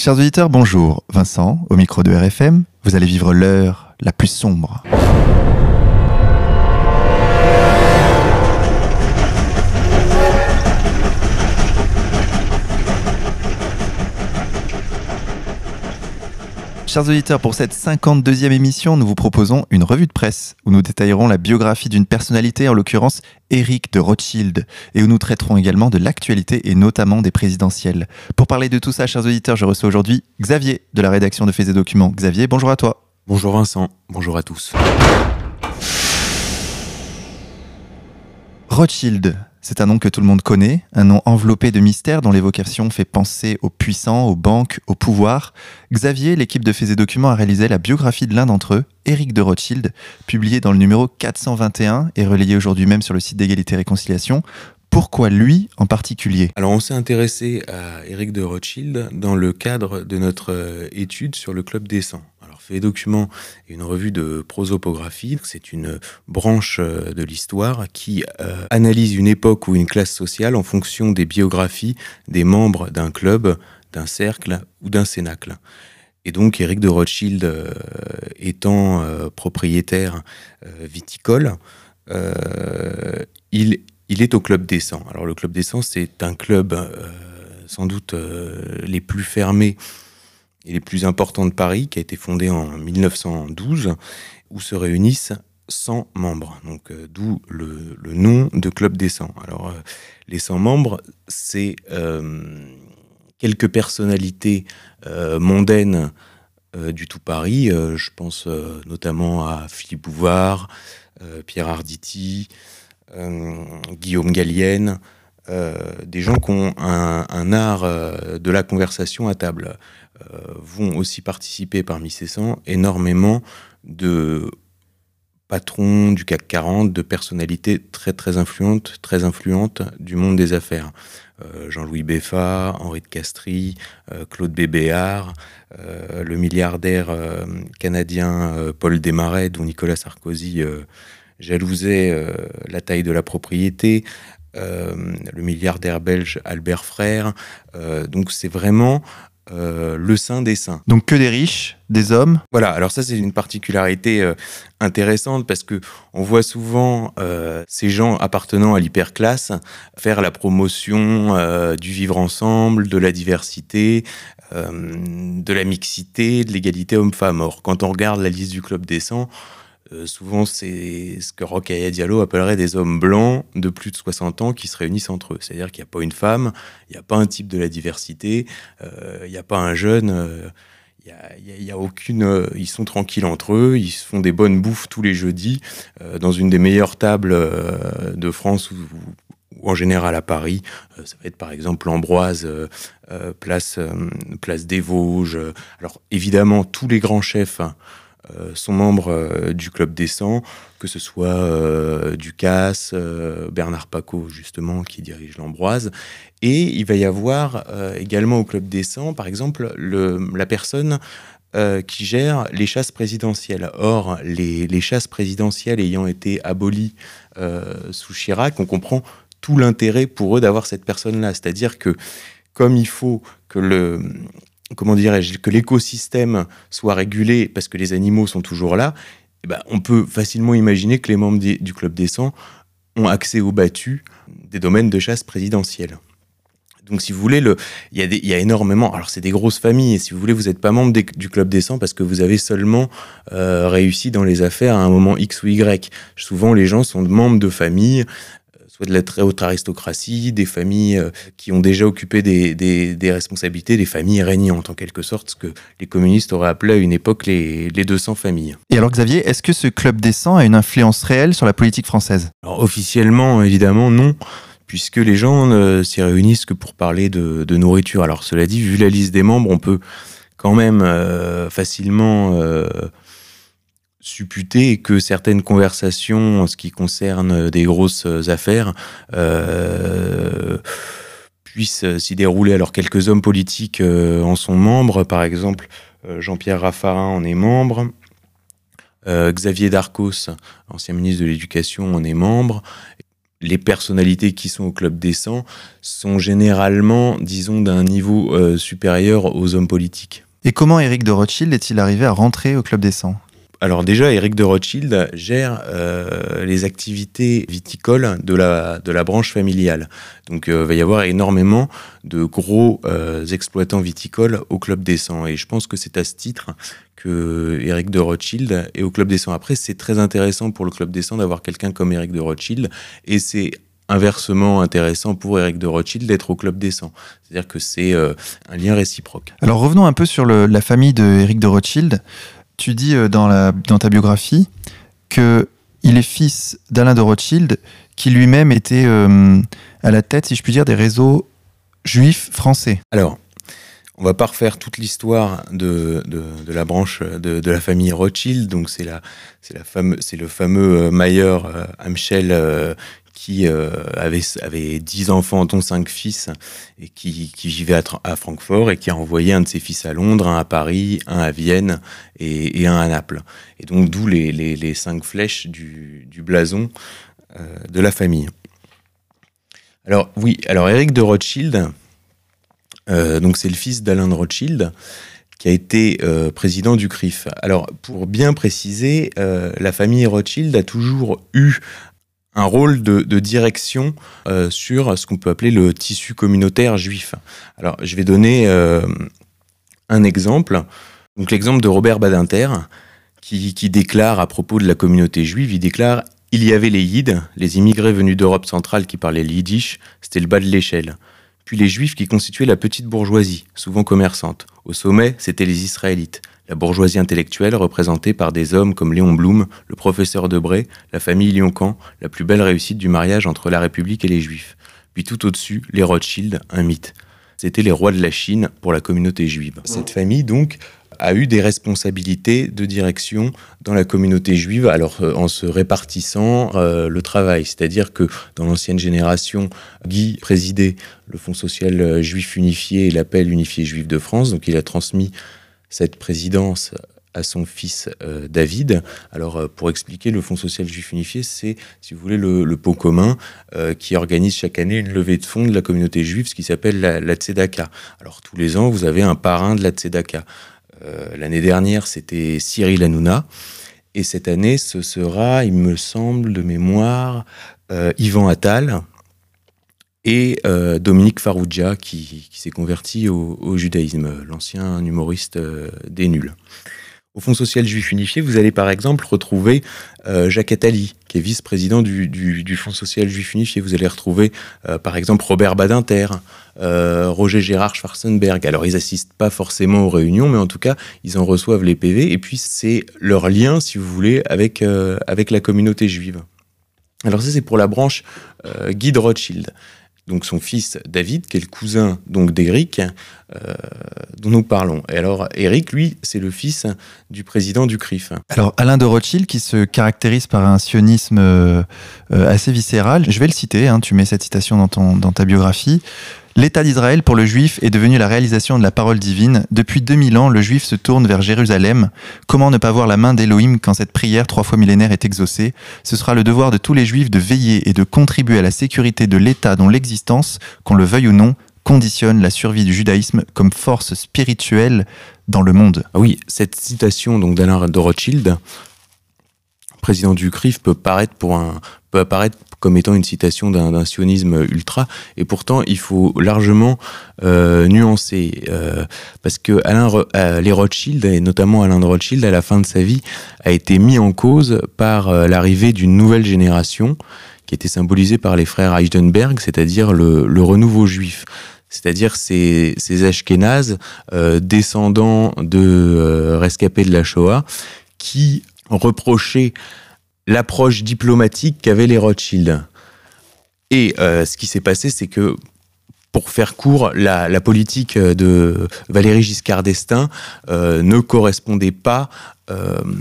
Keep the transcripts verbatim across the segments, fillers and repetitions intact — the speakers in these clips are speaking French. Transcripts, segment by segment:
Chers auditeurs, bonjour. Vincent, au micro de R F M, vous allez vivre l'heure la plus sombre. Chers auditeurs, pour cette cinquante-deuxième émission, nous vous proposons une revue de presse où nous détaillerons la biographie d'une personnalité, en l'occurrence Éric de Rothschild, et où nous traiterons également de l'actualité et notamment des présidentielles. Pour parler de tout ça, chers auditeurs, je reçois aujourd'hui Xavier de la rédaction de Faits et Documents. Xavier, bonjour à toi. Bonjour Vincent, bonjour à tous. Rothschild, c'est un nom que tout le monde connaît, un nom enveloppé de mystère dont l'évocation fait penser aux puissants, aux banques, au pouvoir. Xavier, l'équipe de Faits et Documents a réalisé la biographie de l'un d'entre eux, Éric de Rothschild, publiée dans le numéro quatre cent vingt et un et relayée aujourd'hui même sur le site d'Égalité et Réconciliation. Pourquoi lui en particulier ? Alors on s'est intéressé à Éric de Rothschild dans le cadre de notre étude sur le Club des cent. Alors Faits et Documents est une revue de prosopographie, c'est une branche de l'histoire qui euh, analyse une époque ou une classe sociale en fonction des biographies des membres d'un club, d'un cercle ou d'un cénacle. Et donc Éric de Rothschild euh, étant euh, propriétaire euh, viticole, euh, il Il est au Club des cent. Alors le Club des cent, c'est un club euh, sans doute euh, les plus fermés et les plus importants de Paris, qui a été fondé en mille neuf cent douze, où se réunissent cent membres. Donc euh, d'où le, le nom de Club des cent. Alors euh, les cent membres, c'est euh, quelques personnalités euh, mondaines euh, du tout Paris. Euh, je pense euh, notamment à Philippe Bouvard, euh, Pierre Arditi, Euh, Guillaume Gallienne, euh, des gens qui ont un, un art euh, de la conversation à table, euh, vont aussi participer parmi ces cent énormément de patrons du C A C quarante, de personnalités très très influentes, très influentes du monde des affaires. Euh, Jean-Louis Beffa, Henri de Castries, euh, Claude Bébéar, euh, le milliardaire euh, canadien euh, Paul Desmarais, dont Nicolas Sarkozy euh, jalousait euh, la taille de la propriété, euh, le milliardaire belge Albert Frère. Euh, donc c'est vraiment euh, le saint des saints. Donc que des riches, des hommes. Voilà, alors ça c'est une particularité euh, intéressante parce que on voit souvent euh, ces gens appartenant à l'hyperclasse faire la promotion euh, du vivre ensemble, de la diversité, euh, de la mixité, de l'égalité homme-femme. Or, quand on regarde la liste du Club des cent, Euh, souvent, c'est ce que Rokhaya Diallo appellerait des hommes blancs de plus de soixante ans qui se réunissent entre eux. C'est-à-dire qu'il n'y a pas une femme, il n'y a pas un type de la diversité, euh, il n'y a pas un jeune, euh, il n'y a, y a, y a aucune... Euh, ils sont tranquilles entre eux, ils se font des bonnes bouffes tous les jeudis euh, dans une des meilleures tables euh, de France ou, ou en général à Paris. Euh, ça va être par exemple l'Ambroise, euh, euh, place, euh, place des Vosges. Alors évidemment, tous les grands chefs Euh, sont membres euh, du Club des cent, que ce soit euh, Ducasse, euh, Bernard Pacot, justement, qui dirige l'Ambroise. Et il va y avoir euh, également au Club des cent, par exemple, le, la personne euh, qui gère les chasses présidentielles. Or, les, les chasses présidentielles ayant été abolies euh, sous Chirac, on comprend tout l'intérêt pour eux d'avoir cette personne-là. C'est-à-dire que, comme il faut que le... comment dirais-je, que l'écosystème soit régulé parce que les animaux sont toujours là, eh ben, on peut facilement imaginer que les membres des, du Club des cent ont accès au battu des domaines de chasse présidentielle. Donc, si vous voulez, il y, y a énormément... Alors, c'est des grosses familles, et si vous voulez, vous n'êtes pas membre des, du Club des cent parce que vous avez seulement euh, réussi dans les affaires à un moment X ou Y. Souvent, les gens sont membres de familles, soit de la très haute aristocratie, des familles euh, qui ont déjà occupé des, des, des responsabilités, des familles régnantes, en quelque sorte, ce que les communistes auraient appelé à une époque les, les deux cents familles. Et alors Xavier, est-ce que ce Club des cent a une influence réelle sur la politique française ? Alors officiellement, évidemment, non, puisque les gens ne s'y réunissent que pour parler de, de nourriture. Alors cela dit, vu la liste des membres, on peut quand même euh, facilement... Euh, supputer que certaines conversations en ce qui concerne des grosses affaires euh, puissent s'y dérouler. Alors quelques hommes politiques euh, en sont membres, par exemple euh, Jean-Pierre Raffarin en est membre, euh, Xavier Darcos, ancien ministre de l'Éducation, en est membre, les personnalités qui sont au Club des cent sont généralement, disons, d'un niveau euh, supérieur aux hommes politiques. Et comment Éric de Rothschild est-il arrivé à rentrer au Club des cent ? Alors déjà, Éric de Rothschild gère euh, les activités viticoles de la, de la branche familiale. Donc il euh, va y avoir énormément de gros euh, exploitants viticoles au Club des cent. Et je pense que c'est à ce titre que Éric de Rothschild est au Club des cent. Après, c'est très intéressant pour le Club des cent d'avoir quelqu'un comme Éric de Rothschild. Et c'est inversement intéressant pour Éric de Rothschild d'être au Club des cent. C'est-à-dire que c'est euh, un lien réciproque. Alors revenons un peu sur le, la famille de Éric de Rothschild. Tu dis dans, la, dans ta biographie qu'il est fils d'Alain de Rothschild, qui lui-même était euh, à la tête, si je puis dire, des réseaux juifs français. Alors, on va pas refaire toute l'histoire de, de, de la branche de, de la famille Rothschild. Donc, c'est, la, c'est, la fameux, c'est le fameux Mayer euh, Amschel euh, qui euh, avait, avait dix enfants, dont cinq fils, et qui, qui vivait à, à Francfort, et qui a envoyé un de ses fils à Londres, un à Paris, un à Vienne, et, et un à Naples. Et donc, d'où les, les, les cinq flèches du, du blason euh, de la famille. Alors, oui, alors Éric de Rothschild, euh, donc c'est le fils d'Alain de Rothschild, qui a été euh, président du C R I F. Alors, pour bien préciser, euh, la famille Rothschild a toujours eu un rôle de, de direction euh, sur ce qu'on peut appeler le tissu communautaire juif. Alors, je vais donner euh, un exemple. Donc, l'exemple de Robert Badinter, qui, qui déclare à propos de la communauté juive, il déclare « Il y avait les Yids, les immigrés venus d'Europe centrale qui parlaient le yiddish, c'était le bas de l'échelle. Puis les juifs qui constituaient la petite bourgeoisie, souvent commerçante. Au sommet, c'étaient les Israélites. La bourgeoisie intellectuelle représentée par des hommes comme Léon Blum, le professeur Debré, la famille Lyon-Camp, la plus belle réussite du mariage entre la République et les Juifs. Puis tout au-dessus, les Rothschild, un mythe. C'était les rois de la Chine pour la communauté juive. Cette famille, donc, a eu des responsabilités de direction dans la communauté juive, alors euh, en se répartissant euh, le travail. C'est-à-dire que dans l'ancienne génération, Guy présidait le Fonds social juif unifié et l'appel unifié juif de France, donc il a transmis cette présidence à son fils euh, David. Alors, euh, pour expliquer, le Fonds social juif unifié, c'est, si vous voulez, le, le pot commun euh, qui organise chaque année une levée de fonds de la communauté juive, ce qui s'appelle la, la Tzedaka. Alors, tous les ans, vous avez un parrain de la Tzedaka. Euh, l'année dernière, c'était Cyril Hanouna. Et cette année, ce sera, il me semble, de mémoire, euh, Yvan Attal et euh, Dominique Farrugia, qui, qui s'est converti au, au judaïsme, l'ancien humoriste euh, des Nuls. Au Fonds social juif unifié, vous allez par exemple retrouver euh, Jacques Attali, qui est vice-président du, du, du Fonds social juif unifié. Vous allez retrouver euh, par exemple Robert Badinter, euh, Roger Gérard Schwarzenberg. Alors ils n'assistent pas forcément aux réunions, mais en tout cas, ils en reçoivent les P V. Et puis c'est leur lien, si vous voulez, avec, euh, avec la communauté juive. Alors ça, c'est pour la branche euh, Guy de Rothschild. Donc son fils David, qui est le cousin donc d'Éric, euh, dont nous parlons. Et alors Éric, lui, c'est le fils du président du C R I F. Alors Alain de Rothschild, qui se caractérise par un sionisme euh, assez viscéral, je vais le citer, hein, tu mets cette citation dans, ton, dans ta biographie. L'État d'Israël pour le juif est devenu la réalisation de la parole divine. Depuis deux mille ans, le juif se tourne vers Jérusalem. Comment ne pas voir la main d'Élohim quand cette prière trois fois millénaire est exaucée ? Ce sera le devoir de tous les juifs de veiller et de contribuer à la sécurité de l'État dont l'existence, qu'on le veuille ou non, conditionne la survie du judaïsme comme force spirituelle dans le monde. Ah oui, cette citation donc d'Alain de Rothschild, président du C R I F, peut paraître pour un peut apparaître comme étant une citation d'un, d'un sionisme ultra, et pourtant il faut largement euh, nuancer, euh, parce que Alain, euh, les Rothschild, et notamment Alain de Rothschild, à la fin de sa vie, a été mis en cause par euh, l'arrivée d'une nouvelle génération qui était symbolisée par les frères Heidenberg, c'est-à-dire le, le renouveau juif. C'est-à-dire ces, ces Ashkénazes, euh, descendants de euh, rescapés de la Shoah, qui reprochaient l'approche diplomatique qu'avaient les Rothschild. Et euh, ce qui s'est passé, c'est que, pour faire court, la, la politique de Valéry Giscard d'Estaing euh, ne correspondait pas euh,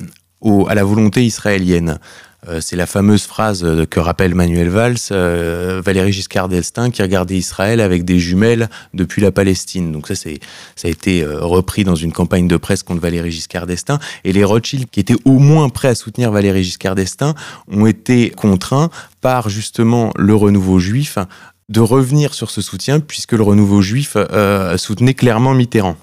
au, à la volonté israélienne. Euh, c'est la fameuse phrase que rappelle Manuel Valls, euh, Valéry Giscard d'Estaing qui regardait Israël avec des jumelles depuis la Palestine. Donc ça, c'est, ça a été euh, repris dans une campagne de presse contre Valéry Giscard d'Estaing. Et les Rothschild, qui étaient au moins prêts à soutenir Valéry Giscard d'Estaing, ont été contraints par justement le renouveau juif de revenir sur ce soutien, puisque le renouveau juif euh, soutenait clairement Mitterrand.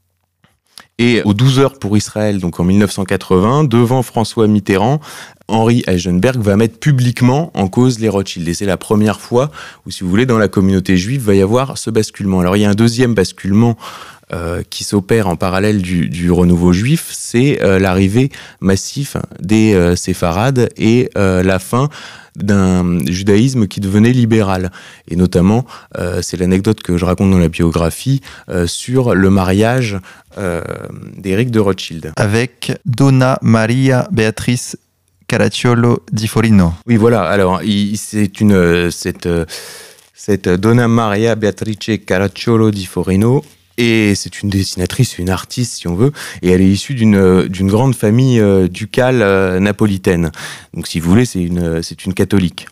Et aux douze heures pour Israël, donc en mille neuf cent quatre-vingts, devant François Mitterrand, Henri Heisenberg va mettre publiquement en cause les Rothschild. Et c'est la première fois où, si vous voulez, dans la communauté juive, va y avoir ce basculement. Alors il y a un deuxième basculement euh, qui s'opère en parallèle du, du renouveau juif, c'est euh, l'arrivée massive des euh, séfarades et euh, la fin d'un judaïsme qui devenait libéral. Et notamment, euh, c'est l'anecdote que je raconte dans la biographie, euh, sur le mariage euh, d'Éric de Rothschild. Avec Donna Maria Beatrice Caracciolo di Forino. Oui, voilà. Alors, il, c'est une, cette, cette Donna Maria Beatrice Caracciolo di Forino, et c'est une dessinatrice, une artiste, si on veut, et elle est issue d'une, d'une grande famille euh, ducale euh, napolitaine. Donc, si vous voulez, c'est une, c'est une catholique.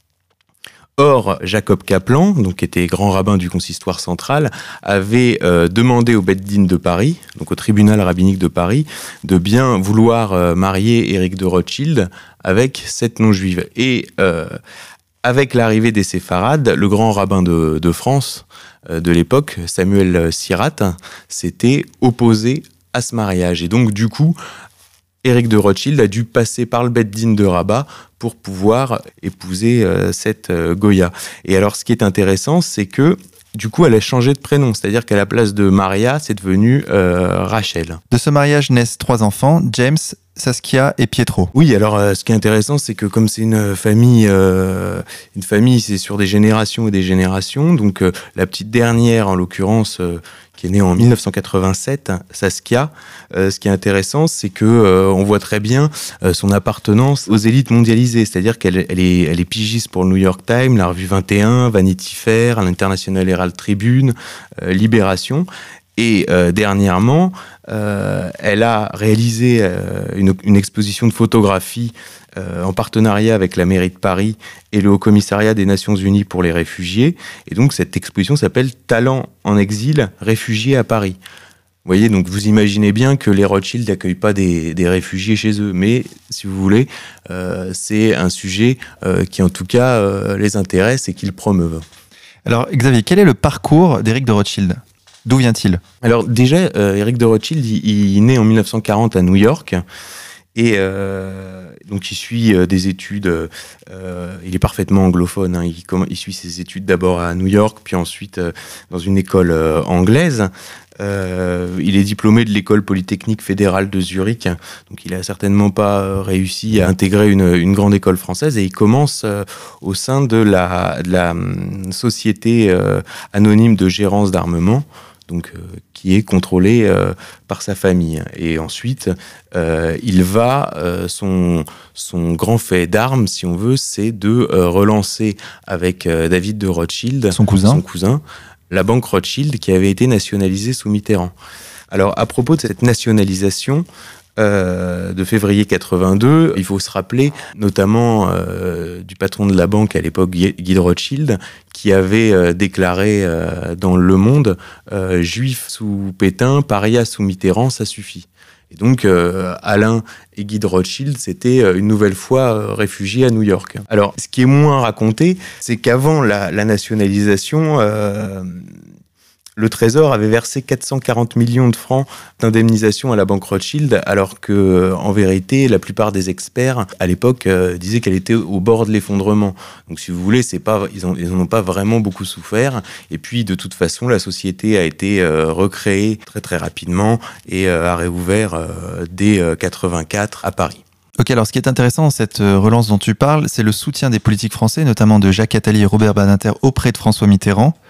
Or, Jacob Kaplan, donc, qui était grand rabbin du consistoire central, avait euh, demandé au Beth Din de Paris, donc au tribunal rabbinique de Paris, de bien vouloir euh, marier Éric de Rothschild avec cette non-juive. Et euh, avec l'arrivée des séfarades, le grand rabbin de, de France euh, de l'époque, Samuel Sirat, s'était opposé à ce mariage. Et donc, du coup, Éric de Rothschild a dû passer par le Beth Din de Rabat pour pouvoir épouser euh, cette euh, Goya. Et alors, ce qui est intéressant, c'est que, du coup, elle a changé de prénom. C'est-à-dire qu'à la place de Maria, c'est devenu euh, Rachel. De ce mariage naissent trois enfants, James, Saskia et Pietro. Oui, alors euh, ce qui est intéressant, c'est que comme c'est une famille, euh, une famille, c'est sur des générations et des générations. Donc euh, la petite dernière, en l'occurrence, euh, qui est née en mille neuf cent quatre-vingt-sept, Saskia. Euh, ce qui est intéressant, c'est que euh, on voit très bien euh, son appartenance aux élites mondialisées. C'est-à-dire qu'elle elle est, elle est pigiste pour le New York Times, la revue vingt et un, Vanity Fair, l'International Herald Tribune, euh, Libération. Et euh, dernièrement, euh, elle a réalisé euh, une, une exposition de photographie euh, en partenariat avec la mairie de Paris et le Haut-Commissariat des Nations Unies pour les réfugiés. Et donc, cette exposition s'appelle « Talents en exil, réfugiés à Paris ». Vous voyez, donc vous imaginez bien que les Rothschild n'accueillent pas des, des réfugiés chez eux. Mais, si vous voulez, euh, c'est un sujet euh, qui, en tout cas, euh, les intéresse et qu'ils promeuvent. Alors, Xavier, quel est le parcours d'Éric de Rothschild ? D'où vient-il ? Alors déjà, euh, Éric de Rothschild, il, il est né en mille neuf cent quarante à New York. Et euh, donc il suit euh, des études, euh, il est parfaitement anglophone, hein, il, il suit ses études d'abord à New York, puis ensuite euh, dans une école euh, anglaise. Euh, il est diplômé de l'école polytechnique fédérale de Zurich, donc il a certainement pas réussi à intégrer une, une grande école française, et il commence euh, au sein de la, de la um, société euh, anonyme de gérance d'armement, donc euh, qui est contrôlé euh, par sa famille. Et ensuite, euh, il va, euh, son, son grand fait d'armes, si on veut, c'est de euh, relancer avec euh, David de Rothschild, son cousin, son cousin, la banque Rothschild qui avait été nationalisée sous Mitterrand. Alors, à propos de cette nationalisation, Euh, de février quatre-vingt-deux, il faut se rappeler notamment euh, du patron de la banque à l'époque, Guy de Rothschild, qui avait euh, déclaré euh, dans Le Monde euh, « Juif sous Pétain, paria sous Mitterrand, ça suffit ». Et donc, euh, Alain et Guy de Rothschild s'étaient euh, une nouvelle fois euh, réfugiés à New York. Alors, ce qui est moins raconté, c'est qu'avant la, la nationalisation, euh, le Trésor avait versé quatre cent quarante millions de francs d'indemnisation à la banque Rothschild, alors que, en vérité, la plupart des experts, à l'époque, euh, disaient qu'elle était au bord de l'effondrement. Donc, si vous voulez, c'est pas, ils n'en ils ont pas vraiment beaucoup souffert. Et puis, de toute façon, la société a été euh, recréée très, très rapidement et euh, a réouvert euh, dès euh, quatre-vingt-quatre à Paris. Ok, alors ce qui est intéressant dans cette relance dont tu parles, c'est le soutien des politiques français, notamment de Jacques Attali et Robert Badinter auprès de François Mitterrand.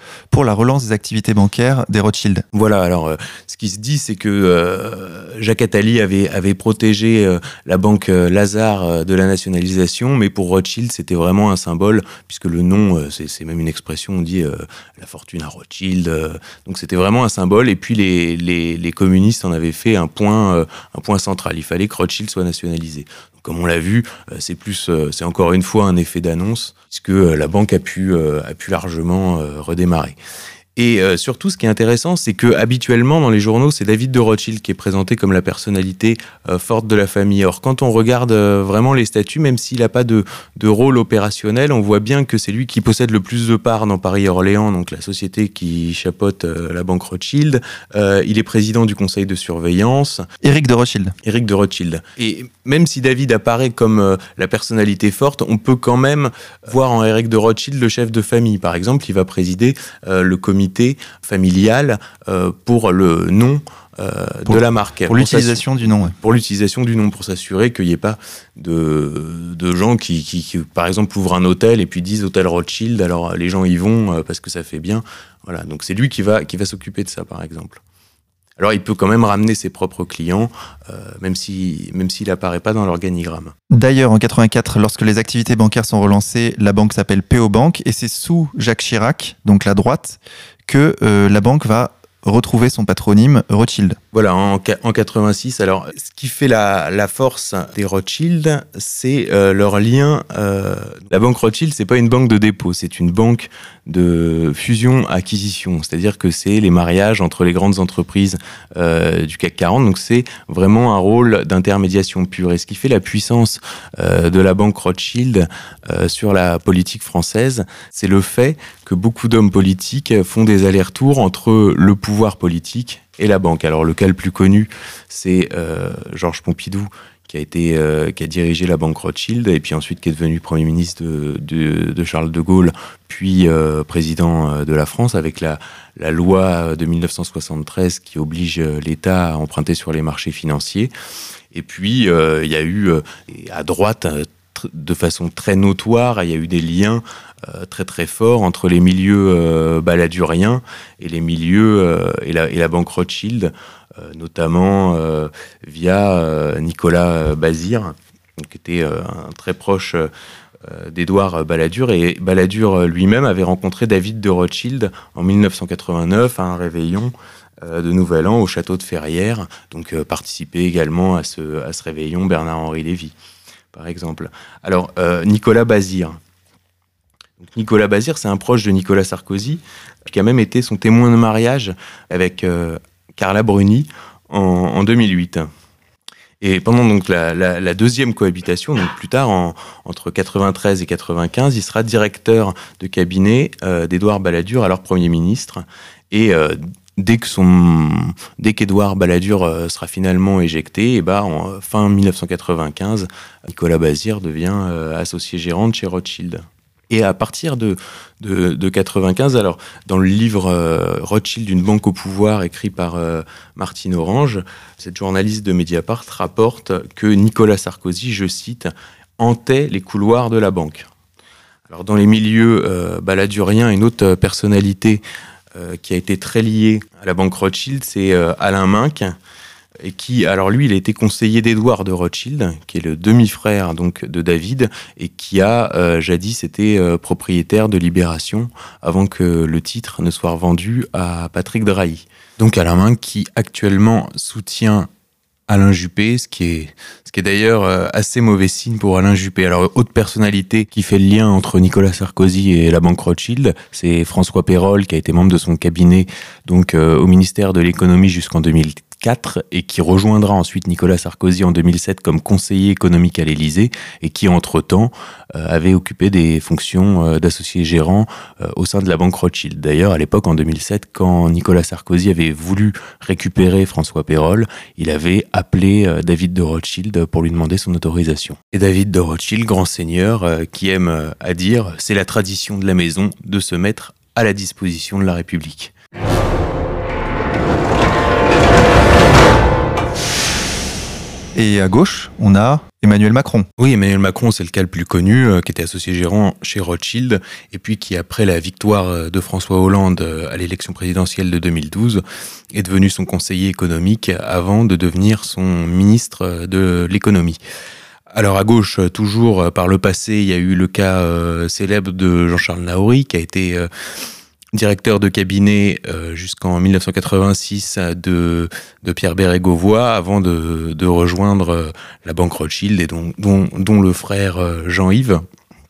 pour la relance des activités bancaires des Rothschild. Voilà, alors euh, ce qui se dit, c'est que euh, Jacques Attali avait, avait protégé euh, la banque euh, Lazare euh, de la nationalisation, mais pour Rothschild, c'était vraiment un symbole, puisque le nom, euh, c'est, c'est même une expression, on dit euh, la fortune à Rothschild, euh, donc c'était vraiment un symbole, et puis les, les, les communistes en avaient fait un point, euh, un point central, il fallait que Rothschild soit nationalisé. Donc, comme on l'a vu, euh, c'est plus, euh, c'est encore une fois un effet d'annonce, puisque euh, la banque a pu, euh, a pu largement euh, redémarrer. Et euh, surtout, ce qui est intéressant, c'est que habituellement dans les journaux, c'est David de Rothschild qui est présenté comme la personnalité euh, forte de la famille. Or, quand on regarde euh, vraiment les statuts, même s'il n'a pas de, de rôle opérationnel, on voit bien que c'est lui qui possède le plus de parts dans Paris-Orléans, donc la société qui chapeaute euh, la banque Rothschild. Euh, il est président du conseil de surveillance. Éric de Rothschild. Éric de Rothschild. Et même si David apparaît comme euh, la personnalité forte, on peut quand même voir en Éric de Rothschild le chef de famille. Par exemple, il va présider euh, le comité familial euh, pour le nom euh, pour, de la marque. Pour, pour l'utilisation du nom. Ouais. Pour l'utilisation du nom, pour s'assurer qu'il n'y ait pas de, de gens qui, qui, qui, par exemple, ouvrent un hôtel et puis disent hôtel Rothschild, alors les gens y vont euh, parce que ça fait bien. Voilà, donc c'est lui qui va, qui va s'occuper de ça, par exemple. Alors, il peut quand même ramener ses propres clients, euh, même si, même s'il n'apparaît pas dans l'organigramme. D'ailleurs, en quatre-vingt-quatre, lorsque les activités bancaires sont relancées, la banque s'appelle P O Bank et c'est sous Jacques Chirac, donc la droite, que euh, la banque va retrouver son patronyme Rothschild. Voilà, en, en quatre-vingt-six. Alors, ce qui fait la, la force des Rothschild, c'est euh, leur lien. Euh, la banque Rothschild, c'est pas une banque de dépôt, c'est une banque de fusion-acquisition. C'est-à-dire que c'est les mariages entre les grandes entreprises euh, du C A C quarante. Donc, c'est vraiment un rôle d'intermédiation pure. Et ce qui fait la puissance euh, de la banque Rothschild euh, sur la politique française, c'est le fait que beaucoup d'hommes politiques font des allers-retours entre le pouvoir politique et la banque. Alors le cas le plus connu, c'est euh, Georges Pompidou, qui a été euh, qui a dirigé la banque Rothschild et puis ensuite qui est devenu Premier ministre de, de, de Charles de Gaulle, puis euh, président de la France avec la, la loi de mille neuf cent soixante-treize qui oblige l'État à emprunter sur les marchés financiers. Et puis euh, il y a eu euh, à droite de façon très notoire, il y a eu des liens euh, très très forts entre les milieux euh, baladuriens et les milieux euh, et, la, et la banque Rothschild, euh, notamment euh, via euh, Nicolas Bazir, qui était euh, un très proche euh, d'Édouard Balladur. Et Balladur lui-même avait rencontré David de Rothschild en mille neuf cent quatre-vingt-neuf à un réveillon euh, de Nouvel An au château de Ferrières. Donc euh, participait également à ce, à ce réveillon Bernard-Henri Lévy, par exemple. Alors, euh, Nicolas Bazir. Donc, Nicolas Bazir, c'est un proche de Nicolas Sarkozy, qui a même été son témoin de mariage avec euh, Carla Bruni en, en deux mille huit. Et pendant donc la, la, la deuxième cohabitation, donc plus tard, en, entre quatre-vingt-treize et quatre-vingt-quinze, il sera directeur de cabinet euh, d'Édouard Balladur, alors Premier ministre. Et euh, Dès que son, dès qu'Édouard Balladur euh, sera finalement éjecté, et bah, en fin mille neuf cent quatre-vingt-quinze, Nicolas Bazir devient euh, associé gérant de chez Rothschild. Et à partir de, de, de quatre-vingt-quinze, alors dans le livre euh, Rothschild, une banque au pouvoir, écrit par euh, Martine Orange, cette journaliste de Mediapart rapporte que Nicolas Sarkozy, je cite, hantait les couloirs de la banque. Alors dans les milieux euh, balladuriens, une autre personnalité Euh, qui a été très lié à la banque Rothschild, c'est euh, Alain Minck, et qui, alors lui, il a été conseiller d'Édouard de Rothschild, qui est le demi-frère donc de David, et qui a euh, jadis été euh, propriétaire de Libération avant que le titre ne soit revendu à Patrick Drahi. Donc Alain Minck qui actuellement soutient Alain Juppé, ce qui est, ce qui est d'ailleurs assez mauvais signe pour Alain Juppé. Alors, autre personnalité qui fait le lien entre Nicolas Sarkozy et la banque Rothschild, c'est François Pérolle, qui a été membre de son cabinet donc euh, au ministère de l'économie jusqu'en deux mille quatre et qui rejoindra ensuite Nicolas Sarkozy en deux mille sept comme conseiller économique à l'Élysée et qui, entre-temps, euh, avait occupé des fonctions euh, d'associé gérant euh, au sein de la banque Rothschild. D'ailleurs, à l'époque, en deux mille sept, quand Nicolas Sarkozy avait voulu récupérer François Pérolle, il avait appelé euh, David de Rothschild pour lui demander son autorisation. Et David de Rothschild, grand seigneur, euh, qui aime euh, à dire « c'est la tradition de la maison de se mettre à la disposition de la République ». Et à gauche, on a Emmanuel Macron. Oui, Emmanuel Macron, c'est le cas le plus connu, euh, qui était associé gérant chez Rothschild, et puis qui, après la victoire de François Hollande euh, à l'élection présidentielle de deux mille douze, est devenu son conseiller économique avant de devenir son ministre de l'économie. Alors à gauche, toujours par le passé, il y a eu le cas euh, célèbre de Jean-Charles Naouri, qui a été euh, directeur de cabinet euh, jusqu'en dix-neuf cent quatre-vingt-six de, de Pierre Bérégovoy, avant de, de rejoindre euh, la banque Rothschild, et dont, dont, dont le frère euh, Jean-Yves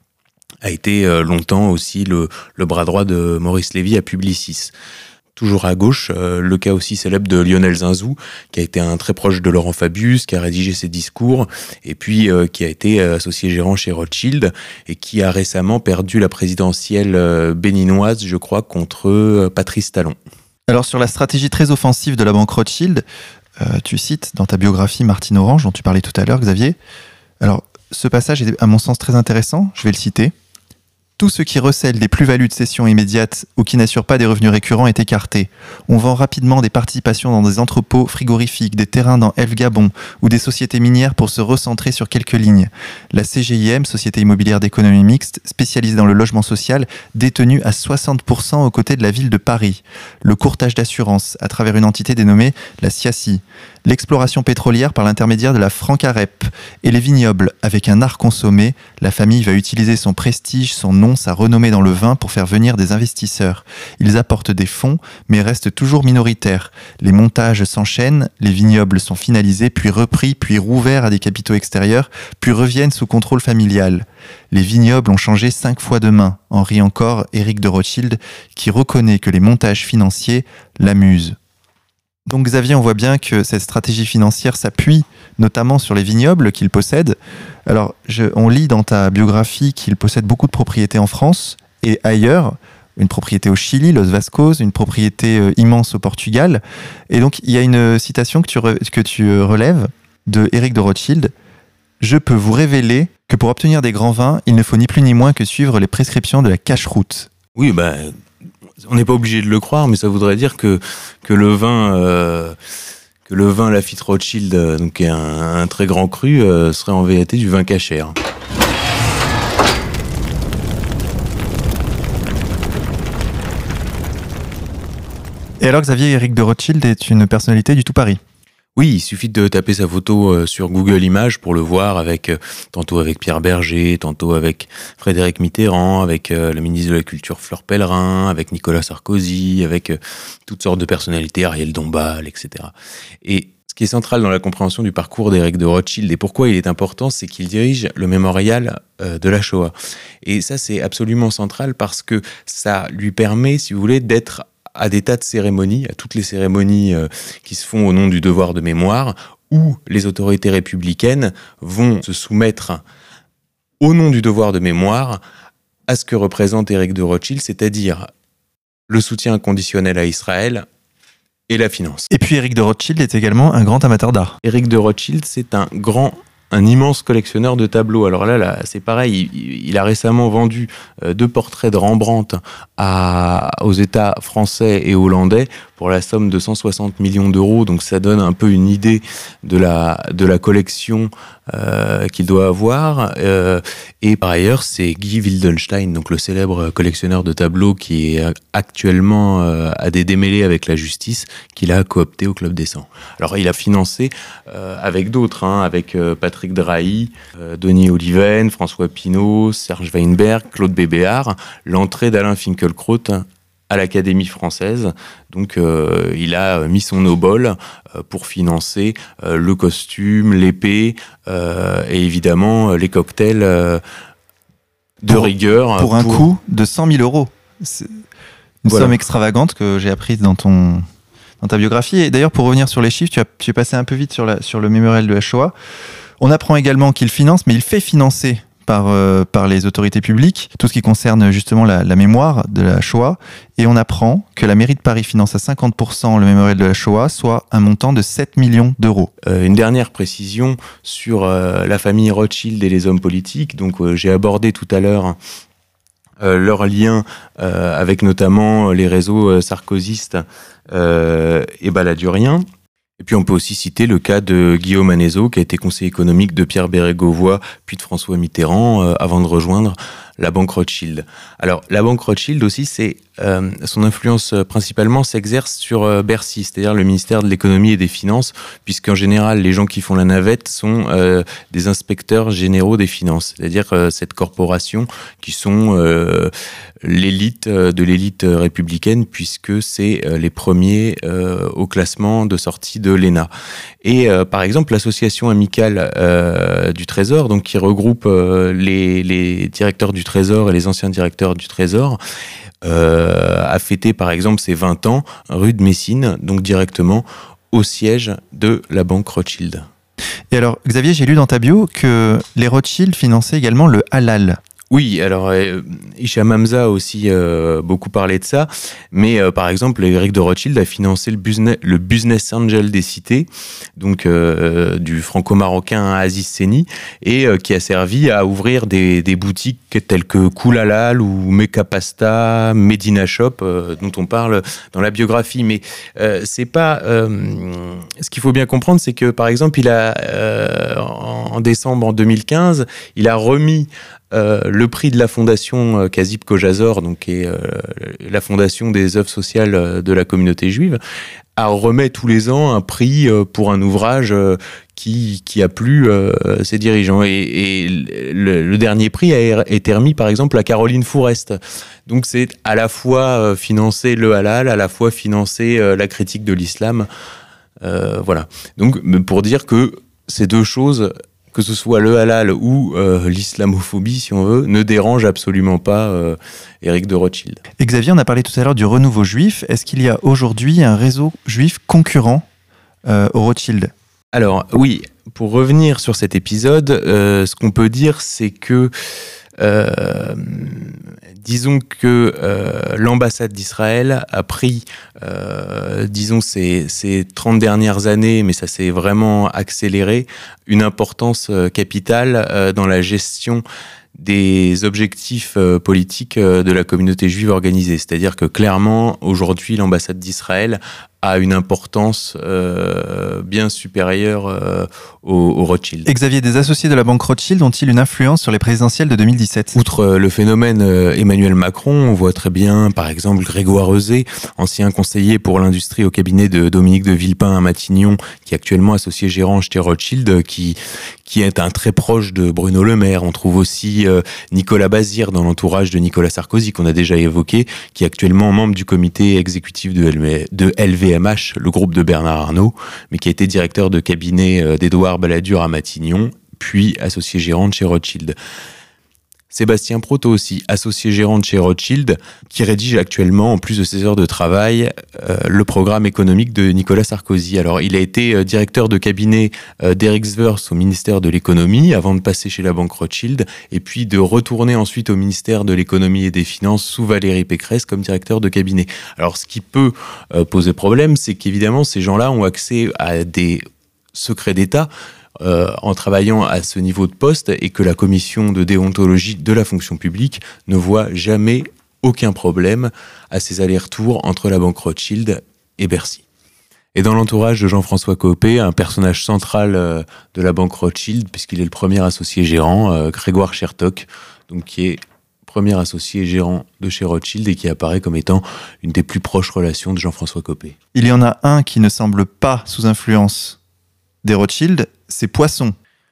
a été euh, longtemps aussi le, le bras droit de Maurice Lévy à Publicis. Toujours à gauche, euh, le cas aussi célèbre de Lionel Zinsou, qui a été un très proche de Laurent Fabius, qui a rédigé ses discours, et puis euh, qui a été associé gérant chez Rothschild, et qui a récemment perdu la présidentielle euh, béninoise, je crois, contre euh, Patrice Talon. Alors sur la stratégie très offensive de la banque Rothschild, euh, tu cites dans ta biographie Martine Orange, dont tu parlais tout à l'heure, Xavier. Alors ce passage est à mon sens très intéressant, je vais le citer. Tout ce qui recèle des plus-values de cession immédiate ou qui n'assure pas des revenus récurrents est écarté. On vend rapidement des participations dans des entrepôts frigorifiques, des terrains dans Elf Gabon ou des sociétés minières pour se recentrer sur quelques lignes. La C G I M, Société immobilière d'économie mixte, spécialisée dans le logement social, détenue à soixante pour cent aux côtés de la ville de Paris. Le courtage d'assurance à travers une entité dénommée la C I A C I. L'exploration pétrolière par l'intermédiaire de la Francarep et les vignobles. Avec un art consommé, la famille va utiliser son prestige, son nom, sa renommée dans le vin pour faire venir des investisseurs. Ils apportent des fonds, mais restent toujours minoritaires. Les montages s'enchaînent, les vignobles sont finalisés, puis repris, puis rouverts à des capitaux extérieurs, puis reviennent sous contrôle familial. Les vignobles ont changé cinq fois de main, en rit encore Éric de Rothschild, qui reconnaît que les montages financiers l'amusent. Donc Xavier, on voit bien que cette stratégie financière s'appuie notamment sur les vignobles qu'il possède. Alors, je, on lit dans ta biographie qu'il possède beaucoup de propriétés en France et ailleurs, une propriété au Chili, Los Vascos, une propriété euh, immense au Portugal. Et donc, il y a une citation que tu, re, que tu relèves de Éric de Rothschild. « Je peux vous révéler que pour obtenir des grands vins, il ne faut ni plus ni moins que suivre les prescriptions de la cache-route. » Oui, ben... on n'est pas obligé de le croire, mais ça voudrait dire que, que le vin, euh, que le vin Lafite Rothschild, euh, donc un, un très grand cru, euh, serait en vérité du vin cachère. Et alors Xavier, Éric de Rothschild est une personnalité du tout Paris. Oui, il suffit de taper sa photo sur Google Images pour le voir, avec tantôt avec Pierre Berger, tantôt avec Frédéric Mitterrand, avec euh, la ministre de la Culture Fleur Pellerin, avec Nicolas Sarkozy, avec euh, toutes sortes de personnalités, Ariel Dombal, et cetera. Et ce qui est central dans la compréhension du parcours d'Éric de Rothschild et pourquoi il est important, c'est qu'il dirige le mémorial euh, de la Shoah. Et ça, c'est absolument central parce que ça lui permet, si vous voulez, d'être à des tas de cérémonies, à toutes les cérémonies euh, qui se font au nom du devoir de mémoire, où les autorités républicaines vont se soumettre au nom du devoir de mémoire à ce que représente Éric de Rothschild, c'est-à-dire le soutien inconditionnel à Israël et la finance. Et puis Éric de Rothschild est également un grand amateur d'art. Éric de Rothschild, c'est un grand un immense collectionneur de tableaux. Alors là, là c'est pareil, il, il a récemment vendu euh, deux portraits de Rembrandt à, aux États français et hollandais pour la somme de cent soixante millions d'euros. Donc ça donne un peu une idée de la, de la collection euh, qu'il doit avoir. Euh, et par ailleurs, c'est Guy Wildenstein, donc le célèbre collectionneur de tableaux qui est actuellement euh, à des démêlés avec la justice, qu'il a coopté au Club des cent. Alors il a financé euh, avec d'autres, hein, avec euh, Patrick Drahi, euh, Denis Oliven, François Pinault, Serge Weinberg, Claude Bébéard, l'entrée d'Alain Finkielkraut à l'Académie française. Donc euh, il a mis son obol euh, pour financer euh, le costume, l'épée euh, et évidemment les cocktails euh, de pour, rigueur. Pour un pour... coût de cent mille euros. C'est une voilà. somme extravagante que j'ai apprise dans, ton, dans ta biographie. Et d'ailleurs, pour revenir sur les chiffres, tu, as, tu es passé un peu vite sur, la, sur le mémorial de la Shoah. On apprend également qu'il finance, mais il fait financer Par, euh, par les autorités publiques, tout ce qui concerne justement la, la mémoire de la Shoah. Et on apprend que la mairie de Paris finance à cinquante pour cent le mémorial de la Shoah, soit un montant de sept millions d'euros. Euh, une dernière précision sur euh, la famille Rothschild et les hommes politiques. Donc euh, j'ai abordé tout à l'heure euh, leur lien euh, avec notamment les réseaux euh, sarkozystes euh, et baladuriens. Et puis on peut aussi citer le cas de Guillaume Anézo, qui a été conseiller économique de Pierre Bérégovoy, puis de François Mitterrand, euh, avant de rejoindre la banque Rothschild. Alors la banque Rothschild aussi, c'est euh, son influence euh, principalement s'exerce sur euh, Bercy, c'est-à-dire le ministère de l'économie et des finances, puisqu'en général les gens qui font la navette sont euh, des inspecteurs généraux des finances, c'est-à-dire euh, cette corporation qui sont euh, l'élite euh, de l'élite républicaine, puisque c'est euh, les premiers euh, au classement de sortie de l'E N A. Et euh, par exemple l'association amicale euh, du Trésor, donc qui regroupe euh, les, les directeurs du Trésor et les anciens directeurs du Trésor, euh, a fêté par exemple ses vingt ans rue de Messine, donc directement au siège de la banque Rothschild. Et alors, Xavier, j'ai lu dans ta bio que les Rothschild finançaient également le halal. Oui, alors euh, Hicham Hamza a aussi euh, beaucoup parlé de ça, mais euh, par exemple, Éric de Rothschild a financé le business, le business angel des cités, donc euh, du franco-marocain Aziz Seni, et euh, qui a servi à ouvrir des, des boutiques telles que Cool Halal ou Mecca Pasta, Medina Shop, euh, dont on parle dans la biographie. Mais euh, c'est pas. Euh, ce qu'il faut bien comprendre, c'est que par exemple, il a euh, en décembre en deux mille quinze, il a remis Euh, le prix de la fondation euh, Kazip Kojazor, donc qui est euh, la fondation des œuvres sociales euh, de la communauté juive, a remet tous les ans un prix euh, pour un ouvrage euh, qui, qui a plu euh, ses dirigeants. Et, et le, le dernier prix a été remis par exemple à Caroline Fourest. Donc c'est à la fois euh, financer le halal, à la fois financer euh, la critique de l'islam. Euh, voilà. Donc pour dire que ces deux choses, que ce soit le halal ou euh, l'islamophobie, si on veut, ne dérange absolument pas euh, Éric de Rothschild. Et Xavier, on a parlé tout à l'heure du renouveau juif. Est-ce qu'il y a aujourd'hui un réseau juif concurrent euh, au Rothschild ? Alors oui, pour revenir sur cet épisode, euh, ce qu'on peut dire, c'est que Euh, disons que euh, l'ambassade d'Israël a pris, euh, disons, ces, ces trente dernières années, mais ça s'est vraiment accéléré, une importance euh, capitale euh, dans la gestion des objectifs euh, politiques euh, de la communauté juive organisée. C'est-à-dire que clairement, aujourd'hui, l'ambassade d'Israël a une importance euh, bien supérieure euh, au, au Rothschild. Et Xavier, des associés de la banque Rothschild ont-ils une influence sur les présidentielles de deux mille dix-sept ? Outre euh, le phénomène euh, Emmanuel Macron, on voit très bien, par exemple, Grégoire Euzet, ancien conseiller pour l'industrie au cabinet de Dominique de Villepin à Matignon, qui est actuellement associé gérant chez Rothschild, qui, qui est un très proche de Bruno Le Maire. On trouve aussi euh, Nicolas Bazir dans l'entourage de Nicolas Sarkozy, qu'on a déjà évoqué, qui est actuellement membre du comité exécutif de, de L V M H, le groupe de Bernard Arnault, mais qui a été directeur de cabinet d'Édouard Balladur à Matignon, puis associé gérant de chez Rothschild. Sébastien Proto aussi, associé gérant de chez Rothschild, qui rédige actuellement, en plus de ses heures de travail, euh, le programme économique de Nicolas Sarkozy. Alors, il a été euh, directeur de cabinet euh, d'Éric Svers au ministère de l'économie, avant de passer chez la banque Rothschild, et puis de retourner ensuite au ministère de l'économie et des finances sous Valérie Pécresse comme directeur de cabinet. Alors, ce qui peut euh, poser problème, c'est qu'évidemment, ces gens-là ont accès à des secrets d'État, Euh, en travaillant à ce niveau de poste, et que la commission de déontologie de la fonction publique ne voit jamais aucun problème à ces allers-retours entre la banque Rothschild et Bercy. Et dans l'entourage de Jean-François Copé, un personnage central euh, de la banque Rothschild, puisqu'il est le premier associé gérant, euh, Grégoire Chertok, donc qui est premier associé gérant de chez Rothschild et qui apparaît comme étant une des plus proches relations de Jean-François Copé. Il y en a un qui ne semble pas sous influence des Rothschild, c'est Poisson.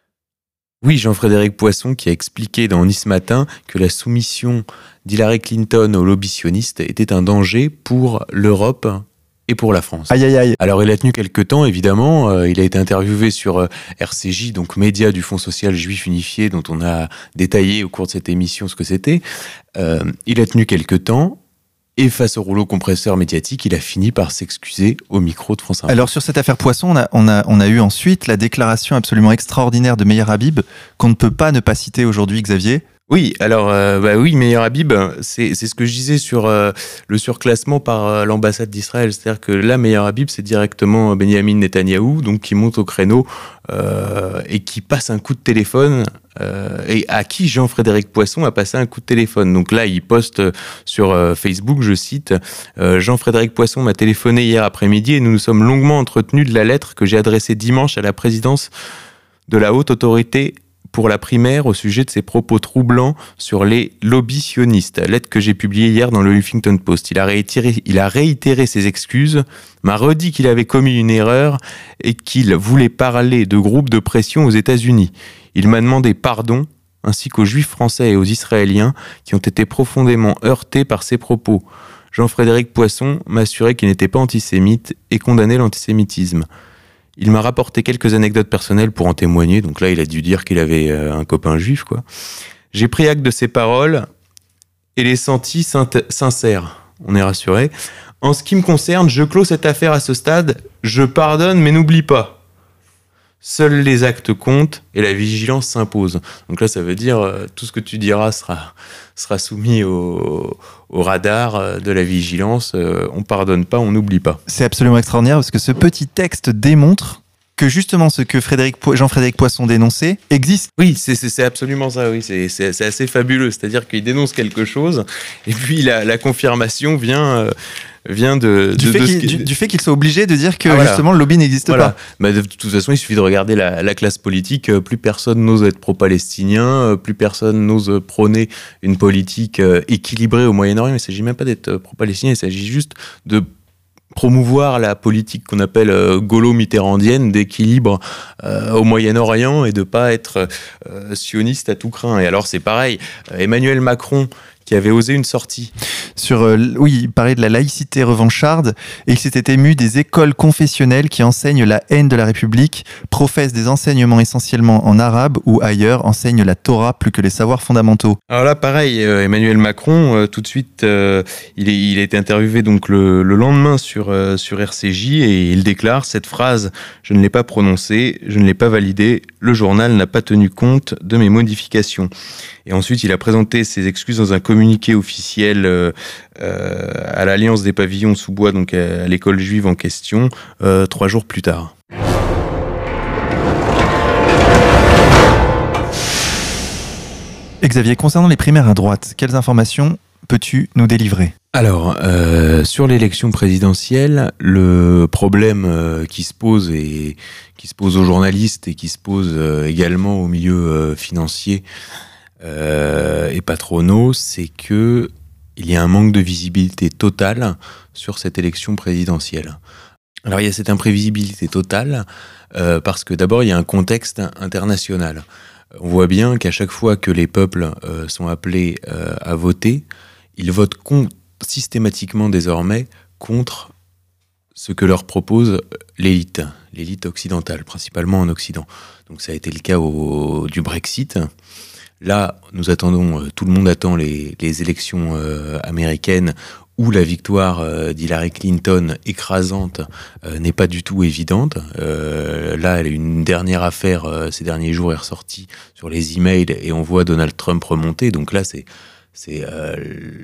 Oui, Jean-Frédéric Poisson, qui a expliqué dans Nice Matin que la soumission d'Hillary Clinton aux lobbies sionistes était un danger pour l'Europe et pour la France. Aïe, aïe, aïe. Alors, il a tenu quelques temps, évidemment. Euh, il a été interviewé sur euh, R C J, donc média du Fonds social juif unifié, dont on a détaillé au cours de cette émission ce que c'était. Euh, il a tenu quelques temps. Et face au rouleau compresseur médiatique, il a fini par s'excuser au micro de France Info. Alors sur cette affaire Poisson, on a, on a, on a eu ensuite la déclaration absolument extraordinaire de Meir Habib, qu'on ne peut pas ne pas citer aujourd'hui, Xavier. Oui, alors euh, bah oui, Meyer Habib, c'est c'est ce que je disais sur euh, le surclassement par euh, l'ambassade d'Israël. C'est-à-dire que là, Meyer Habib, c'est directement Benjamin Netanyahou, donc qui monte au créneau euh, et qui passe un coup de téléphone euh, et à qui Jean-Frédéric Poisson a passé un coup de téléphone. Donc là, il poste sur euh, Facebook, je cite, euh, Jean-Frédéric Poisson m'a téléphoné hier après-midi et nous nous sommes longuement entretenus de la lettre que j'ai adressée dimanche à la présidence de la haute autorité pour la primaire au sujet de ses propos troublants sur les lobbies sionistes. Lettre que j'ai publiée hier dans le Huffington Post. Il a réitéré, il a réitéré ses excuses, m'a redit qu'il avait commis une erreur et qu'il voulait parler de groupes de pression aux États-Unis. Il m'a demandé pardon, ainsi qu'aux Juifs français et aux Israéliens qui ont été profondément heurtés par ses propos. Jean-Frédéric Poisson m'a assuré qu'il n'était pas antisémite et condamnait l'antisémitisme. Il m'a rapporté quelques anecdotes personnelles pour en témoigner. Donc là, il a dû dire qu'il avait euh, un copain juif, quoi. J'ai pris acte de ses paroles et les senti sincères. On est rassuré. En ce qui me concerne, je clôt cette affaire à ce stade. Je pardonne, mais n'oublie pas. Seuls les actes comptent et la vigilance s'impose. Donc là, ça veut dire euh, tout ce que tu diras sera, sera soumis au, au radar de la vigilance. Euh, on pardonne pas, on n'oublie pas. C'est absolument extraordinaire parce que ce petit texte démontre que justement ce que Frédéric Po- Jean-Frédéric Poisson dénonçait existe. Oui, c'est, c'est, c'est absolument ça, oui. C'est, c'est, c'est assez fabuleux. C'est-à-dire qu'il dénonce quelque chose et puis la, la confirmation vient... Euh, vient de, du, de, fait de qu'il, qui... du, du fait qu'il soit obligé de dire que ah, voilà. justement le lobby n'existe voilà. pas. Bah, de toute façon, il suffit de regarder la, la classe politique. Plus personne n'ose être pro-palestinien, plus personne n'ose prôner une politique équilibrée au Moyen-Orient. Il ne s'agit même pas d'être pro-palestinien, il s'agit juste de promouvoir la politique qu'on appelle euh, gaulo-mitterrandienne d'équilibre euh, au Moyen-Orient et de ne pas être euh, sioniste à tout craint. Et alors c'est pareil, Emmanuel Macron qui avait osé une sortie. Sur, euh, oui, il parlait de la laïcité revancharde et qu'il s'était ému des écoles confessionnelles qui enseignent la haine de la République, professent des enseignements essentiellement en arabe ou ailleurs, enseignent la Torah plus que les savoirs fondamentaux. Alors là, pareil, euh, Emmanuel Macron, euh, tout de suite, euh, il, est, il a été interviewé donc le, le lendemain sur, euh, sur R C J et il déclare cette phrase « Je ne l'ai pas prononcée, je ne l'ai pas validée, le journal n'a pas tenu compte de mes modifications ». Et ensuite, il a présenté ses excuses dans un communiqué officiel euh, euh, à l'Alliance des pavillons sous bois, donc à, à l'école juive en question, euh, trois jours plus tard. Et Xavier, concernant les primaires à droite, quelles informations peux-tu nous délivrer ? Alors, euh, sur l'élection présidentielle, le problème euh, qui se pose et qui se pose aux journalistes et qui se pose euh, également au milieu euh, financier Euh, et patronaux, c'est que il y a un manque de visibilité totale sur cette élection présidentielle. Alors il y a cette imprévisibilité totale euh, parce que d'abord il y a un contexte international. On voit bien qu'à chaque fois que les peuples euh, sont appelés euh, à voter, ils votent con- systématiquement désormais contre ce que leur propose l'élite, l'élite occidentale, principalement en Occident. Donc ça a été le cas au, du Brexit. Là, nous attendons, euh, tout le monde attend les, les élections euh, américaines où la victoire euh, d'Hillary Clinton écrasante euh, n'est pas du tout évidente. Euh, là, une dernière affaire euh, ces derniers jours est ressortie sur les emails et on voit Donald Trump remonter. Donc là, c'est, c'est euh,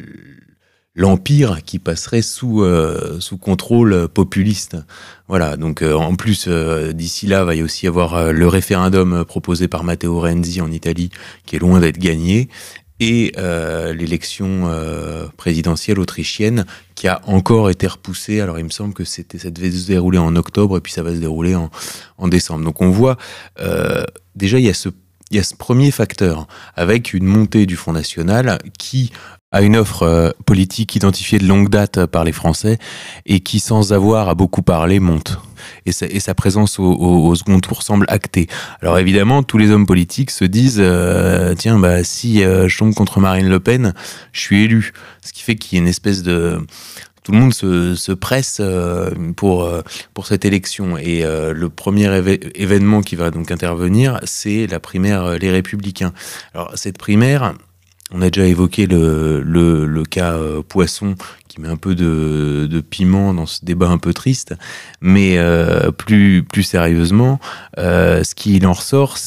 l'empire qui passerait sous, euh, sous contrôle populiste. Voilà, donc euh, en plus, euh, d'ici là, va y aussi avoir euh, le référendum proposé par Matteo Renzi en Italie, qui est loin d'être gagné, et euh, l'élection euh, présidentielle autrichienne, qui a encore été repoussée. Alors il me semble que c'était, ça devait se dérouler en octobre, et puis ça va se dérouler en, en décembre. Donc on voit, euh, déjà, il y a ce, il y a ce premier facteur, avec une montée du Front National, qui à une offre euh, politique identifiée de longue date par les Français et qui, sans avoir à beaucoup parler, monte. Et sa, et sa présence au, au, au second tour semble actée. Alors évidemment, tous les hommes politiques se disent euh, « Tiens, bah, si euh, je tombe contre Marine Le Pen, je suis élu ». Ce qui fait qu'il y a une espèce de... Tout le monde se, se presse euh, pour, euh, pour cette élection. Et euh, le premier éve- événement qui va donc intervenir, c'est la primaire euh, Les Républicains. Alors cette primaire... On a déjà évoqué le, le, le cas euh, Poisson, qui met un peu de, de piment dans ce débat un peu triste. Mais euh, plus, plus sérieusement, euh, ce qui en ressort, c'est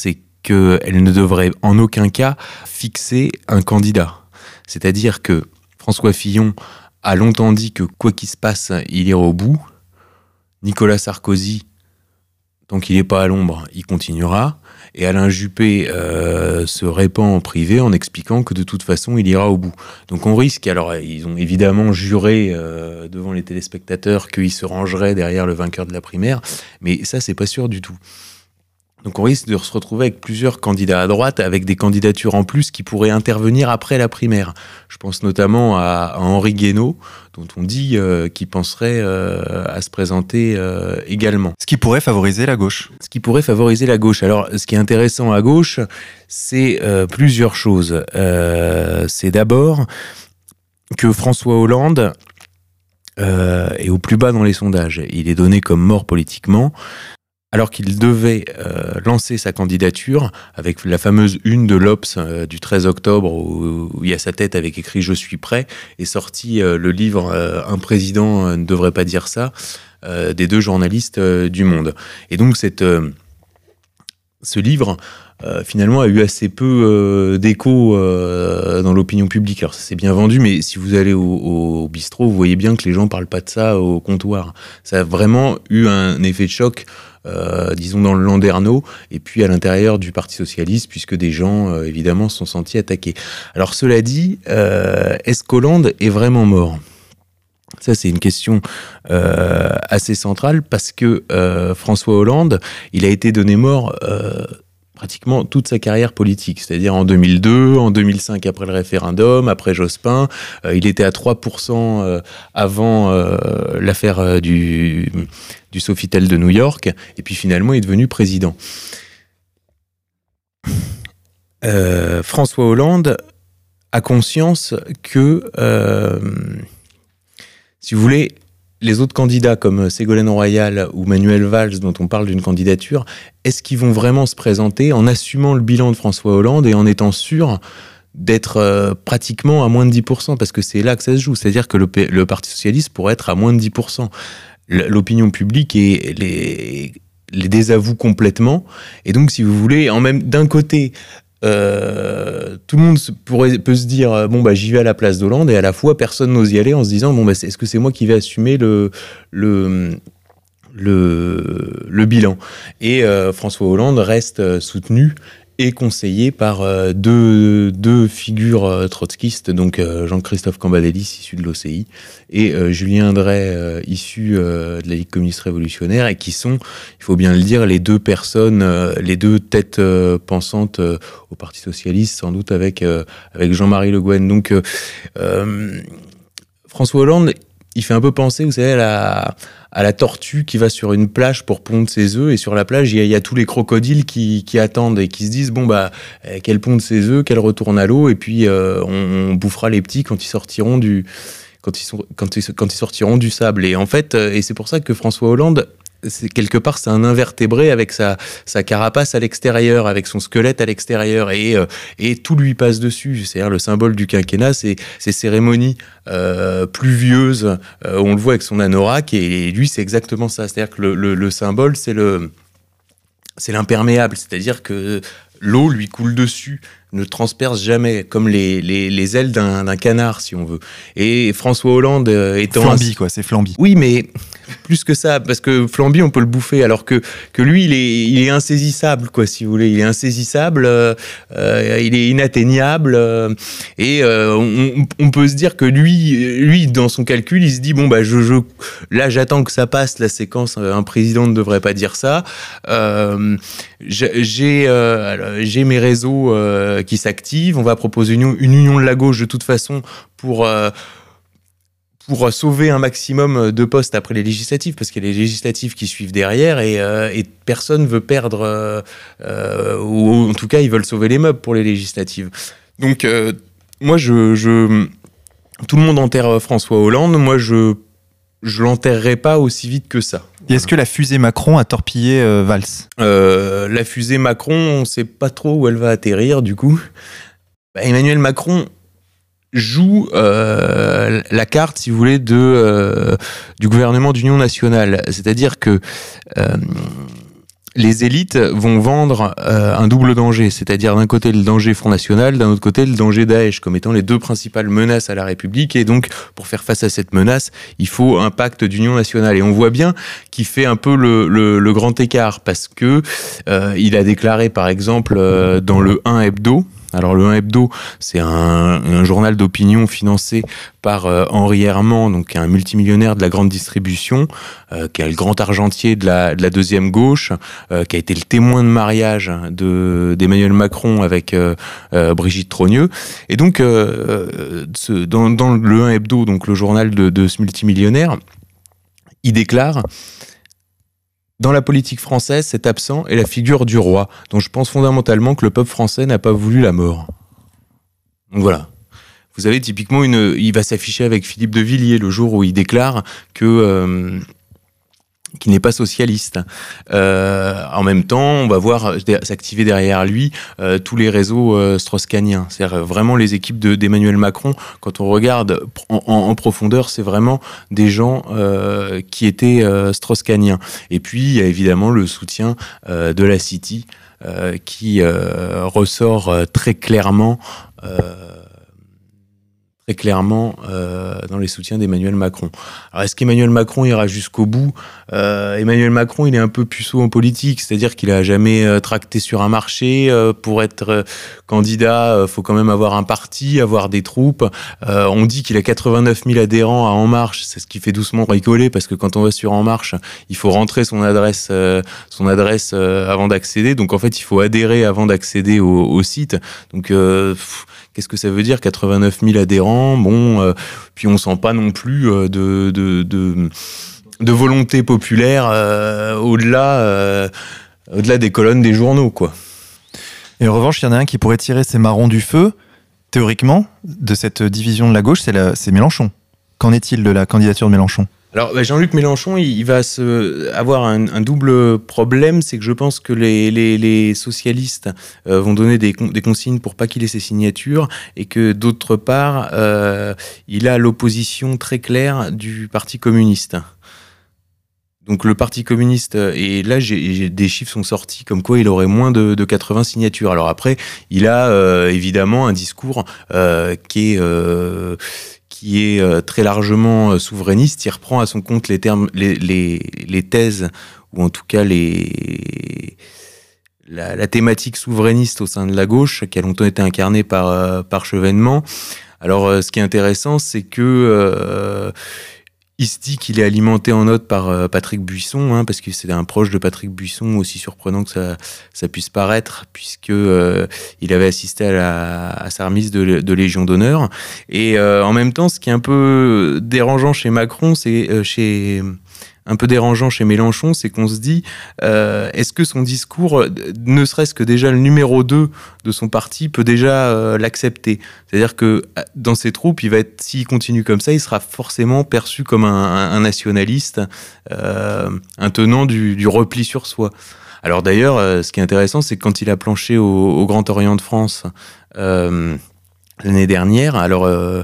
qu'elle ne devrait en aucun cas fixer un candidat. C'est-à-dire que François Fillon a longtemps dit que quoi qu'il se passe, il ira au bout. Nicolas Sarkozy, tant qu'il n'est pas à l'ombre, il continuera. Et Alain Juppé euh, se répand en privé en expliquant que de toute façon, il ira au bout. Donc on risque, alors ils ont évidemment juré euh, devant les téléspectateurs qu'ils se rangeraient derrière le vainqueur de la primaire, mais ça, c'est pas sûr du tout. Donc on risque de se retrouver avec plusieurs candidats à droite, avec des candidatures en plus qui pourraient intervenir après la primaire. Je pense notamment à, à Henri Guénaud, dont on dit euh, qu'il penserait euh, à se présenter euh, également. Ce qui pourrait favoriser la gauche. Ce qui pourrait favoriser la gauche. Alors, ce qui est intéressant à gauche, c'est euh, plusieurs choses. Euh, c'est d'abord que François Hollande euh, est au plus bas dans les sondages. Il est donné comme mort politiquement, alors qu'il devait euh, lancer sa candidature avec la fameuse une de l'Obs euh, du treize octobre où, où il y a sa tête avec écrit « Je suis prêt » et sorti euh, le livre euh, « Un président euh, ne devrait pas dire ça euh, » des deux journalistes euh, du Monde. Et donc cette, euh, ce livre euh, finalement a eu assez peu euh, d'écho euh, dans l'opinion publique. Alors ça s'est bien vendu, mais si vous allez au, au bistrot, vous voyez bien que les gens parlent pas de ça au comptoir. Ça a vraiment eu un effet de choc Euh, disons dans le Landerneau, et puis à l'intérieur du Parti Socialiste, puisque des gens, euh, évidemment, se sont sentis attaqués. Alors, cela dit, euh, est-ce qu'Hollande est vraiment mort ? Ça, c'est une question euh, assez centrale, parce que euh, François Hollande, il a été donné mort euh, pratiquement toute sa carrière politique, c'est-à-dire en deux mille deux, en deux mille cinq après le référendum, après Jospin, euh, il était à trois pour cent euh, avant euh, l'affaire euh, du... du Sofitel de New York, et puis finalement, il est devenu président. Euh, François Hollande a conscience que, euh, si vous voulez, les autres candidats comme Ségolène Royal ou Manuel Valls, dont on parle d'une candidature, est-ce qu'ils vont vraiment se présenter en assumant le bilan de François Hollande et en étant sûrs d'être euh, pratiquement à moins de dix pour cent, parce que c'est là que ça se joue, c'est-à-dire que le, le Parti Socialiste pourrait être à moins de dix pour cent. L'opinion publique et les, les désavoue complètement. Et donc, si vous voulez, en même d'un côté, euh, tout le monde pourrait, peut se dire bon, bah, j'y vais à la place d'Hollande, et à la fois, personne n'ose y aller en se disant bon, bah, est-ce que c'est moi qui vais assumer le, le, le, le bilan ? Et euh, François Hollande reste soutenu et conseillé par euh, deux, deux figures euh, trotskistes, donc euh, Jean-Christophe Cambadélis, issu de l'O C I, et euh, Julien Drey, euh, issu euh, de la Ligue communiste révolutionnaire, et qui sont, il faut bien le dire, les deux personnes, euh, les deux têtes euh, pensantes euh, au Parti Socialiste, sans doute avec, euh, avec Jean-Marie Le Guen. Donc, euh, euh, François Hollande, il fait un peu penser, vous savez, à la, à la tortue qui va sur une plage pour pondre ses œufs, et sur la plage, il y a, il y a tous les crocodiles qui, qui attendent et qui se disent, bon, bah, qu'elle ponde ses œufs, qu'elle retourne à l'eau, et puis euh, on, on bouffera les petits quand ils sortiront du, quand ils, sont, quand ils, quand ils sortiront du sable. Et en fait, et c'est pour ça que François Hollande, c'est, quelque part, c'est un invertébré avec sa, sa carapace à l'extérieur, avec son squelette à l'extérieur, et, euh, et tout lui passe dessus. C'est-à-dire le symbole du quinquennat, c'est ces cérémonies euh, pluvieuses, euh, on le voit avec son anorak, et, et lui, c'est exactement ça. C'est-à-dire que le, le, le symbole, c'est le, c'est l'imperméable, c'est-à-dire que l'eau lui coule dessus, ne transperce jamais, comme les, les, les ailes d'un, d'un canard, si on veut. Et François Hollande euh, étant... Flamby, un... quoi, c'est Flamby. Oui, mais plus que ça, parce que Flamby, on peut le bouffer, alors que, que lui, il est, il est insaisissable, quoi, si vous voulez. Il est insaisissable, euh, euh, il est inatteignable, euh, et euh, on, on peut se dire que lui, lui, dans son calcul, il se dit, bon, bah, je, je, là, j'attends que ça passe, la séquence, un président ne devrait pas dire ça. Euh, j'ai, euh, j'ai mes réseaux euh, qui s'activent, on va proposer une, une union de la gauche de toute façon pour... Euh, pour sauver un maximum de postes après les législatives, parce qu'il y a les législatives qui suivent derrière, et, euh, et personne veut perdre, euh, euh, ou en tout cas, ils veulent sauver les meubles pour les législatives. Donc, euh, moi, je, je... Tout le monde enterre François Hollande, moi, je je l'enterrerai pas aussi vite que ça. Et est-ce que la fusée Macron a torpillé euh, Valls ? euh, La fusée Macron, on ne sait pas trop où elle va atterrir, du coup. Bah, Emmanuel Macron joue euh, la carte, si vous voulez, de, euh, du gouvernement d'union nationale. C'est-à-dire que euh, les élites vont vendre euh, un double danger, c'est-à-dire d'un côté le danger Front National, d'un autre côté le danger Daesh, comme étant les deux principales menaces à la République. Et donc, pour faire face à cette menace, il faut un pacte d'union nationale. Et on voit bien qu'il fait un peu le, le, le grand écart, parce que euh, il a déclaré, par exemple, euh, dans le un Hebdo. Alors le un Hebdo, c'est un, un journal d'opinion financé par euh, Henri Herman, donc un multimillionnaire de la grande distribution, euh, qui est le grand argentier de la, de la deuxième gauche, euh, qui a été le témoin de mariage de, d'Emmanuel Macron avec euh, euh, Brigitte Trogneux. Et donc, euh, ce, dans, dans le un Hebdo, donc le journal de, de ce multimillionnaire, il déclare: dans la politique française, cet absent est la figure du roi, dont je pense fondamentalement que le peuple français n'a pas voulu la mort. Donc voilà. Vous avez typiquement une... Il va s'afficher avec Philippe de Villiers le jour où il déclare que... Euh, qui n'est pas socialiste. Euh, en même temps, on va voir s'activer derrière lui euh, tous les réseaux euh, strauss-kahniens. C'est-à-dire vraiment les équipes de, d'Emmanuel Macron, quand on regarde en, en, en profondeur, c'est vraiment des gens euh, qui étaient euh, strauss-kahniens. Et puis, il y a évidemment le soutien euh, de la City euh, qui euh, ressort euh, très clairement... Euh, très clairement euh, dans les soutiens d'Emmanuel Macron. Alors, est-ce qu'Emmanuel Macron ira jusqu'au bout ? euh, Emmanuel Macron, il est un peu puceau en politique, c'est-à-dire qu'il a jamais euh, tracté sur un marché. Euh, pour être euh, candidat, euh, faut quand même avoir un parti, avoir des troupes. Euh, on dit qu'il a quatre-vingt-neuf mille adhérents à En Marche, c'est ce qui fait doucement rigoler, parce que quand on va sur En Marche, il faut rentrer son adresse, euh, son adresse euh, avant d'accéder. Donc en fait, il faut adhérer avant d'accéder au, au site. Donc euh, pff, qu'est-ce que ça veut dire, quatre-vingt-neuf mille adhérents? Bon, euh, puis on sent pas non plus euh, de, de, de, de volonté populaire euh, au-delà, euh, au-delà des colonnes des journaux, quoi. Et en revanche, il y en a un qui pourrait tirer ses marrons du feu, théoriquement, de cette division de la gauche, c'est, la, c'est Mélenchon. Qu'en est-il de la candidature de Mélenchon ? Alors, bah Jean-Luc Mélenchon, il, il va se, avoir un, un double problème, c'est que je pense que les, les, les socialistes euh, vont donner des, des consignes pour pas qu'il ait ses signatures, et que d'autre part, euh, il a l'opposition très claire du Parti communiste. Donc le Parti communiste, et là j'ai, j'ai, des chiffres sont sortis comme quoi il aurait moins de, de quatre-vingts signatures. Alors après, il a euh, évidemment un discours euh, qui est... Euh, qui est euh, très largement euh, souverainiste. Il reprend à son compte les termes, les, les, les thèses, ou en tout cas les, la, la thématique souverainiste au sein de la gauche, qui a longtemps été incarnée par, euh, par Chevènement. Alors, euh, ce qui est intéressant, c'est que euh, il se dit qu'il est alimenté en notes par euh, Patrick Buisson, hein, parce que c'est un proche de Patrick Buisson, aussi surprenant que ça, ça puisse paraître, puisque euh, il avait assisté à, la, à sa remise de, de Légion d'honneur. Et euh, en même temps, ce qui est un peu dérangeant chez Macron, c'est euh, chez... un peu dérangeant chez Mélenchon, c'est qu'on se dit, euh, est-ce que son discours, ne serait-ce que déjà le numéro deux de son parti, peut déjà euh, l'accepter ? C'est-à-dire que dans ses troupes, il va être, s'il continue comme ça, il sera forcément perçu comme un, un, un nationaliste, euh, un tenant du, du repli sur soi. Alors d'ailleurs, euh, ce qui est intéressant, c'est que quand il a planché au, au Grand Orient de France euh, l'année dernière, alors... Euh,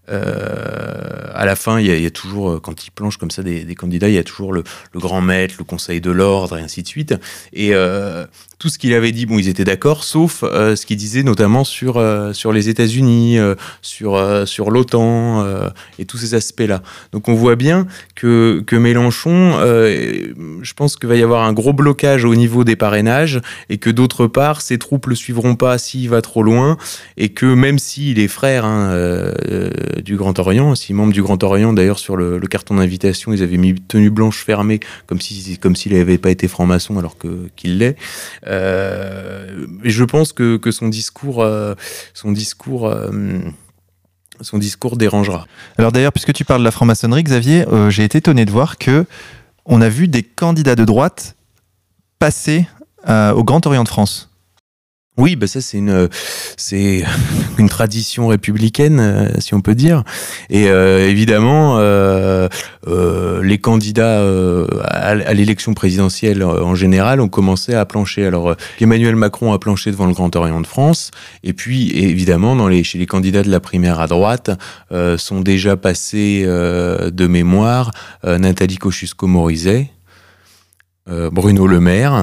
Euh, à la fin, il y, a, il y a toujours, quand ils planchent comme ça des, des candidats, il y a toujours le, le grand maître, le conseil de l'ordre, et ainsi de suite. Et euh, tout ce qu'il avait dit, bon, ils étaient d'accord, sauf euh, ce qu'il disait notamment sur, euh, sur les États-Unis, euh, sur, euh, sur l'OTAN, euh, et tous ces aspects-là. Donc on voit bien que, que Mélenchon, euh, je pense qu'il va y avoir un gros blocage au niveau des parrainages, et que d'autre part, ses troupes le suivront pas s'il va trop loin, et que même s'il est frère, hein, euh, du Grand Orient, si membre du Grand Orient, d'ailleurs sur le, le carton d'invitation, ils avaient mis tenue blanche fermée, comme si comme s'il n'avait pas été franc-maçon alors que qu'il l'est. Euh, je pense que que son discours, euh, son discours, euh, son discours dérangera. Alors d'ailleurs, puisque tu parles de la franc-maçonnerie, Xavier, euh, j'ai été étonné de voir que on a vu des candidats de droite passer euh, au Grand Orient de France. Oui, bah ça c'est une c'est une tradition républicaine, euh, si on peut dire. Et euh, évidemment, euh, euh, les candidats euh, à, à l'élection présidentielle euh, en général ont commencé à plancher. Alors, euh, Emmanuel Macron a planché devant le Grand Orient de France, et puis évidemment, dans les chez les candidats de la primaire à droite, euh, sont déjà passés euh, de mémoire euh, Nathalie Kosciusko-Morizet, euh, Bruno Le Maire.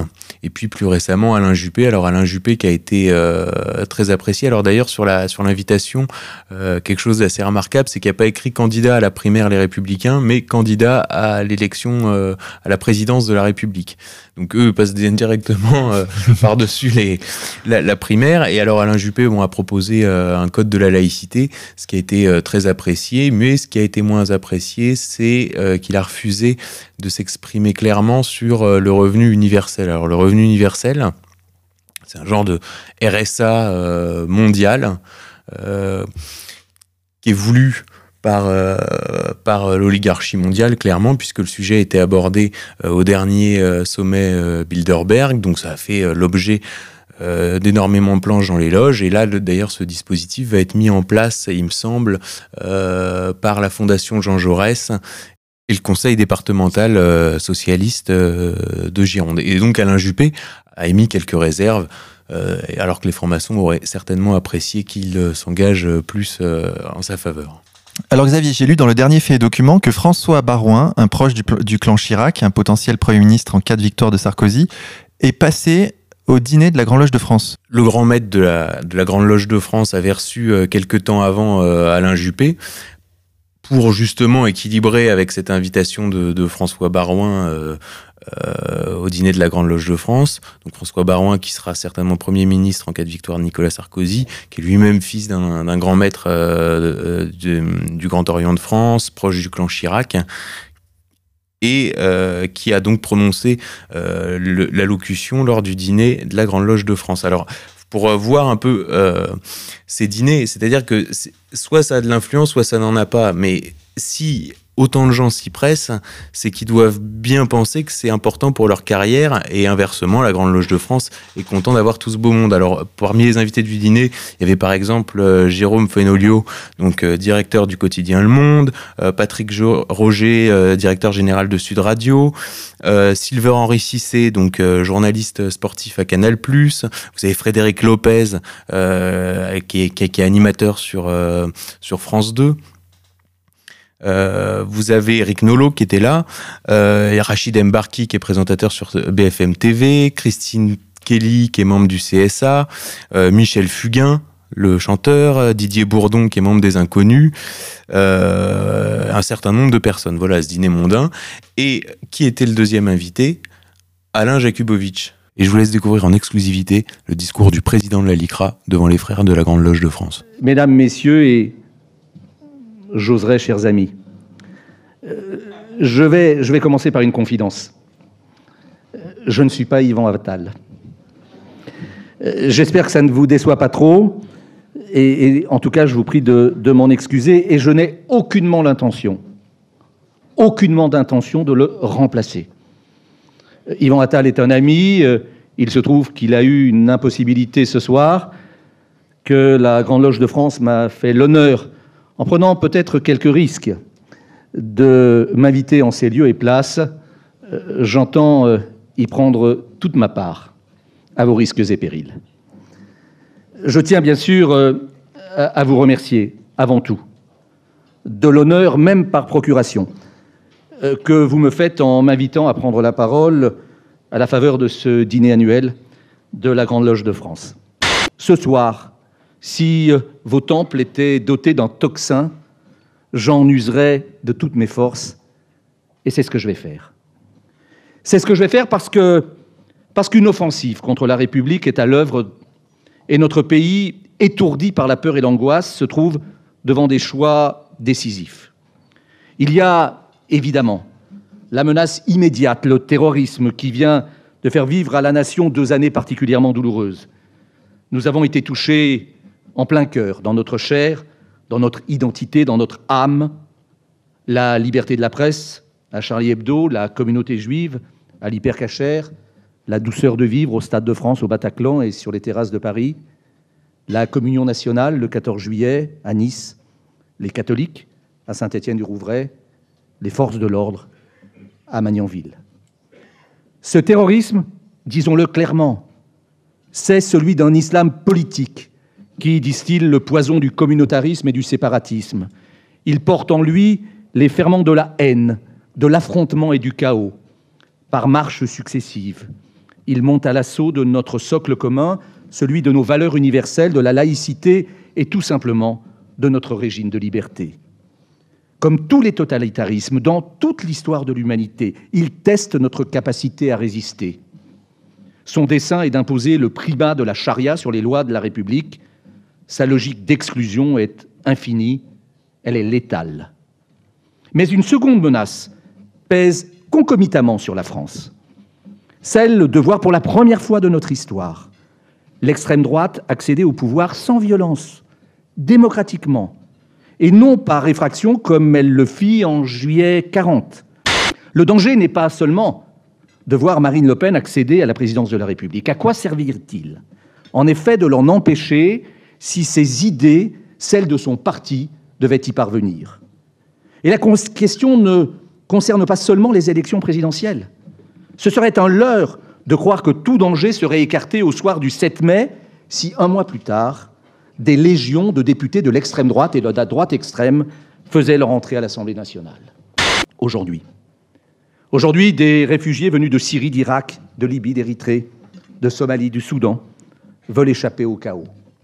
Et puis plus récemment, Alain Juppé. Alors Alain Juppé qui a été euh, très apprécié. Alors d'ailleurs, sur la sur l'invitation, euh, quelque chose d'assez remarquable, c'est qu'il n'a pas écrit candidat à la primaire Les Républicains, mais candidat à l'élection euh, à la présidence de la République. Donc eux passent directement euh, par-dessus les, la, la primaire. Et alors Alain Juppé bon, a proposé euh, un code de la laïcité, ce qui a été euh, très apprécié. Mais ce qui a été moins apprécié, c'est euh, qu'il a refusé de s'exprimer clairement sur euh, le revenu universel. Alors le revenu universel, c'est un genre de R S A euh, mondial euh, qui est voulu par, euh, par l'oligarchie mondiale, clairement, puisque le sujet a été abordé euh, au dernier euh, sommet euh, Bilderberg. Donc ça a fait euh, l'objet euh, d'énormément de planches dans les loges. Et là, le, d'ailleurs, ce dispositif va être mis en place, il me semble, euh, par la Fondation Jean Jaurès et le conseil départemental euh, socialiste euh, de Gironde. Et donc Alain Juppé a émis quelques réserves, euh, alors que les francs-maçons auraient certainement apprécié qu'il euh, s'engage plus euh, en sa faveur. Alors Xavier, j'ai lu dans le dernier fait et document que François Baroin, un proche du, du clan Chirac, un potentiel Premier ministre en cas de victoire de Sarkozy, est passé au dîner de la Grande Loge de France. Le grand maître de la, de la Grande Loge de France avait reçu euh, quelque temps avant euh, Alain Juppé, pour justement équilibrer avec cette invitation de, de François Baroin euh, euh, au dîner de la Grande Loge de France. Donc François Baroin qui sera certainement Premier ministre en cas de victoire de Nicolas Sarkozy, qui est lui-même fils d'un, d'un grand maître euh, de, du Grand Orient de France, proche du clan Chirac, et euh, qui a donc prononcé euh, le, l'allocution lors du dîner de la Grande Loge de France. Alors, pour voir un peu euh, ces dîners, c'est-à-dire que c'est, soit ça a de l'influence, soit ça n'en a pas. Mais si autant de gens s'y pressent, c'est qu'ils doivent bien penser que c'est important pour leur carrière. Et inversement, la Grande Loge de France est content d'avoir tout ce beau monde. Alors, parmi les invités du dîner, il y avait par exemple euh, Jérôme Fenolio, donc euh, directeur du quotidien Le Monde, euh, Patrick jo- Roger, euh, directeur général de Sud Radio, euh, Silver Henry Cissé, donc euh, journaliste sportif à Canal plus. Vous avez Frédéric Lopez, euh, qui, est, qui, est, qui est animateur sur, euh, sur France deux. Euh, vous avez Eric Nolot qui était là, euh, et Rachid Mbarki qui est présentateur sur B F M T V, Christine Kelly qui est membre du C S A, euh, Michel Fugain, le chanteur, Didier Bourdon qui est membre des Inconnus, euh, un certain nombre de personnes. Voilà ce dîner mondain. Et qui était le deuxième invité? Alain Jakubowicz. Et je vous laisse découvrir en exclusivité le discours du président de la LICRA devant les frères de la Grande Loge de France. Mesdames, Messieurs, et j'oserais, chers amis, euh, je, vais, je vais commencer par une confidence. Je ne suis pas Yvan Attal. Euh, j'espère que ça ne vous déçoit pas trop, et, et en tout cas, je vous prie de, de m'en excuser, et je n'ai aucunement l'intention, aucunement d'intention de le remplacer. Euh, Yvan Attal est un ami, euh, il se trouve qu'il a eu une impossibilité ce soir, que la Grande Loge de France m'a fait l'honneur, en prenant peut-être quelques risques, de m'inviter en ces lieux et places. Euh, j'entends euh, y prendre toute ma part, à vos risques et périls. Je tiens bien sûr euh, à vous remercier, avant tout, de l'honneur, même par procuration, euh, que vous me faites en m'invitant à prendre la parole à la faveur de ce dîner annuel de la Grande Loge de France. Ce soir, si vos temples étaient dotés d'un tocsin, j'en userais de toutes mes forces, et c'est ce que je vais faire. C'est ce que je vais faire parce que, parce qu'une offensive contre la République est à l'œuvre, et notre pays, étourdi par la peur et l'angoisse, se trouve devant des choix décisifs. Il y a évidemment la menace immédiate, le terrorisme qui vient de faire vivre à la nation deux années particulièrement douloureuses. Nous avons été touchés en plein cœur, dans notre chair, dans notre identité, dans notre âme, la liberté de la presse, à Charlie Hebdo, la communauté juive, à l'Hypercacher, la douceur de vivre au Stade de France, au Bataclan et sur les terrasses de Paris, la communion nationale le quatorze juillet à Nice, les catholiques à Saint-Étienne-du-Rouvray, les forces de l'ordre à Magnanville. Ce terrorisme, disons-le clairement, c'est celui d'un islam politique qui distille le poison du communautarisme et du séparatisme. Il porte en lui les ferments de la haine, de l'affrontement et du chaos, par marches successives. Ils montent à l'assaut de notre socle commun, celui de nos valeurs universelles, de la laïcité et tout simplement de notre régime de liberté. Comme tous les totalitarismes, dans toute l'histoire de l'humanité, ils testent notre capacité à résister. Son dessein est d'imposer le primat de la charia sur les lois de la République. Sa logique d'exclusion est infinie, elle est létale. Mais une seconde menace pèse concomitamment sur la France. Celle de voir pour la première fois de notre histoire l'extrême droite accéder au pouvoir sans violence, démocratiquement, et non par effraction comme elle le fit en juillet quarante. Le danger n'est pas seulement de voir Marine Le Pen accéder à la présidence de la République. À quoi servirait-il? En effet, de l'en empêcher si ses idées, celles de son parti, devaient y parvenir. Et la question ne concerne pas seulement les élections présidentielles. Ce serait un leurre de croire que tout danger serait écarté au soir du sept mai si, un mois plus tard, des légions de députés de l'extrême droite et de la droite extrême faisaient leur entrée à l'Assemblée nationale. Aujourd'hui, aujourd'hui, des réfugiés venus de Syrie, d'Irak, de Libye, d'Érythrée, de Somalie, du Soudan, veulent échapper au chaos.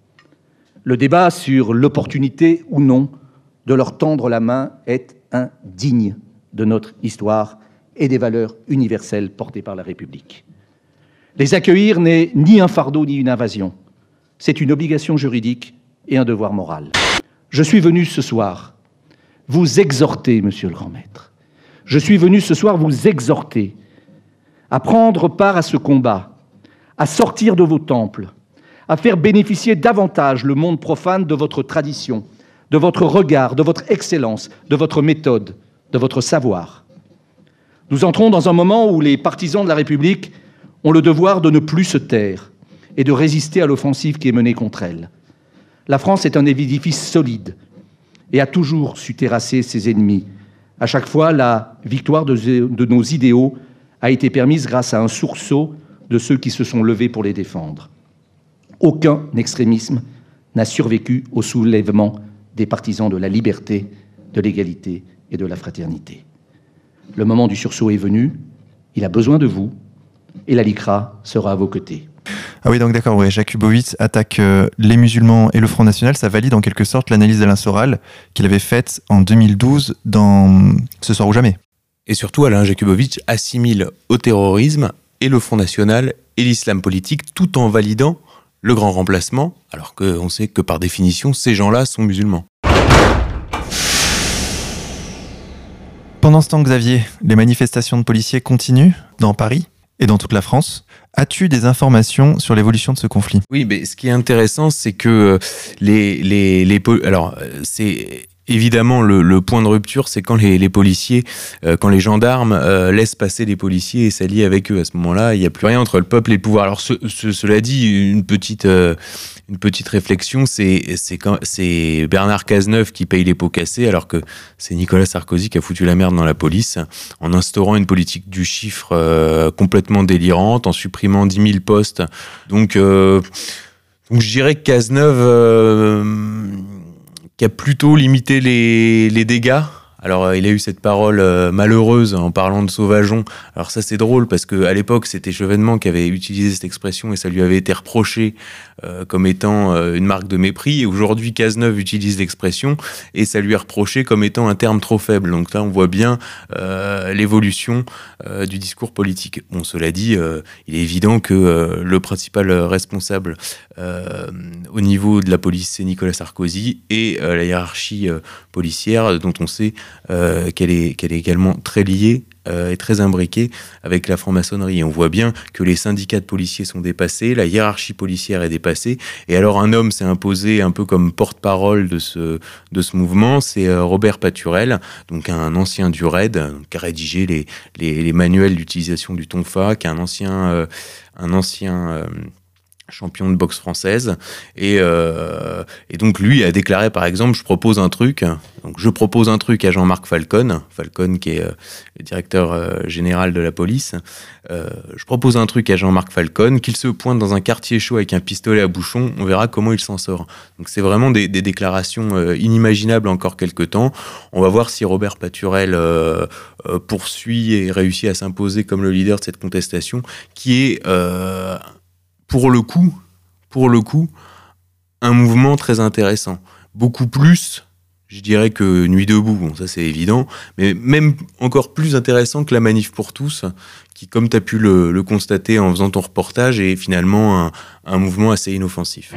Le débat sur l'opportunité ou non de leur tendre la main est indigne de notre histoire et des valeurs universelles portées par la République. Les accueillir n'est ni un fardeau ni une invasion. C'est une obligation juridique et un devoir moral. Je suis venu ce soir vous exhorter, monsieur le grand maître. Je suis venu ce soir vous exhorter à prendre part à ce combat, à sortir de vos temples, à faire bénéficier davantage le monde profane de votre tradition, de votre regard, de votre excellence, de votre méthode, de votre savoir. Nous entrons dans un moment où les partisans de la République ont le devoir de ne plus se taire et de résister à l'offensive qui est menée contre elle. La France est un édifice solide et a toujours su terrasser ses ennemis. À chaque fois, la victoire de, de nos idéaux a été permise grâce à un sursaut de ceux qui se sont levés pour les défendre. Aucun extrémisme n'a survécu au soulèvement des partisans de la liberté, de l'égalité et de la fraternité. Le moment du sursaut est venu, il a besoin de vous, et la LICRA sera à vos côtés. Ah oui, donc d'accord, ouais, Jakubowicz attaque euh, les musulmans et le Front National. Ça valide en quelque sorte l'analyse d'Alain Soral qu'il avait faite en deux mille douze dans Ce soir ou jamais. Et surtout, Alain Jakubowicz assimile au terrorisme et le Front National et l'islam politique tout en validant le grand remplacement, alors qu'on sait que par définition, ces gens-là sont musulmans. Pendant ce temps, Xavier, les manifestations de policiers continuent dans Paris et dans toute la France. As-tu des informations sur l'évolution de ce conflit? Oui, mais ce qui est intéressant, c'est que les, les, les alors c'est évidemment le, le point de rupture, c'est quand les, les policiers, euh, quand les gendarmes euh, laissent passer les policiers et s'allient avec eux. À ce moment-là, il n'y a plus rien entre le peuple et le pouvoir. Alors, ce, ce, cela dit, une petite, euh, une petite réflexion, c'est, c'est, quand, c'est Bernard Cazeneuve qui paye les pots cassés, alors que c'est Nicolas Sarkozy qui a foutu la merde dans la police, en instaurant une politique du chiffre euh, complètement délirante, en supprimant dix mille postes. Donc, euh, donc je dirais que Cazeneuve... Euh, qui a plutôt limité les, les dégâts. Alors, euh, il a eu cette parole euh, malheureuse en parlant de sauvageons. Alors ça, c'est drôle parce qu'à l'époque, c'était Chevènement qui avait utilisé cette expression et ça lui avait été reproché euh, comme étant euh, une marque de mépris. Et aujourd'hui, Cazeneuve utilise l'expression et ça lui est reproché comme étant un terme trop faible. Donc là, on voit bien euh, l'évolution euh, du discours politique. Bon, cela dit, euh, il est évident que euh, le principal responsable euh, au niveau de la police, c'est Nicolas Sarkozy et euh, la hiérarchie euh, policière dont on sait Euh, qu'elle est, qu'elle est également très liée euh, et très imbriquée avec la franc-maçonnerie. Et on voit bien que les syndicats de policiers sont dépassés, la hiérarchie policière est dépassée, et alors un homme s'est imposé un peu comme porte-parole de ce, de ce mouvement, c'est euh, Robert Paturel, donc un ancien du R A I D, qui a rédigé les, les, les manuels d'utilisation du tonfa, qui est un ancien, euh, un ancien euh, champion de boxe française, et, euh, et donc lui a déclaré par exemple, je propose un truc, donc je propose un truc à Jean-Marc Falcon, Falcon qui est euh, le directeur euh, général de la police, euh, je propose un truc à Jean-Marc Falcon, qu'il se pointe dans un quartier chaud avec un pistolet à bouchon, on verra comment il s'en sort. Donc c'est vraiment des, des déclarations euh, inimaginables encore quelque temps. On va voir si Robert Paturel euh, euh, poursuit et réussit à s'imposer comme le leader de cette contestation, qui est euh, pour le coup, pour le coup, un mouvement très intéressant. Beaucoup plus, je dirais, que Nuit debout, bon, ça c'est évident, mais même encore plus intéressant que la Manif pour tous, qui, comme tu as pu le, le constater en faisant ton reportage, est finalement un, un mouvement assez inoffensif.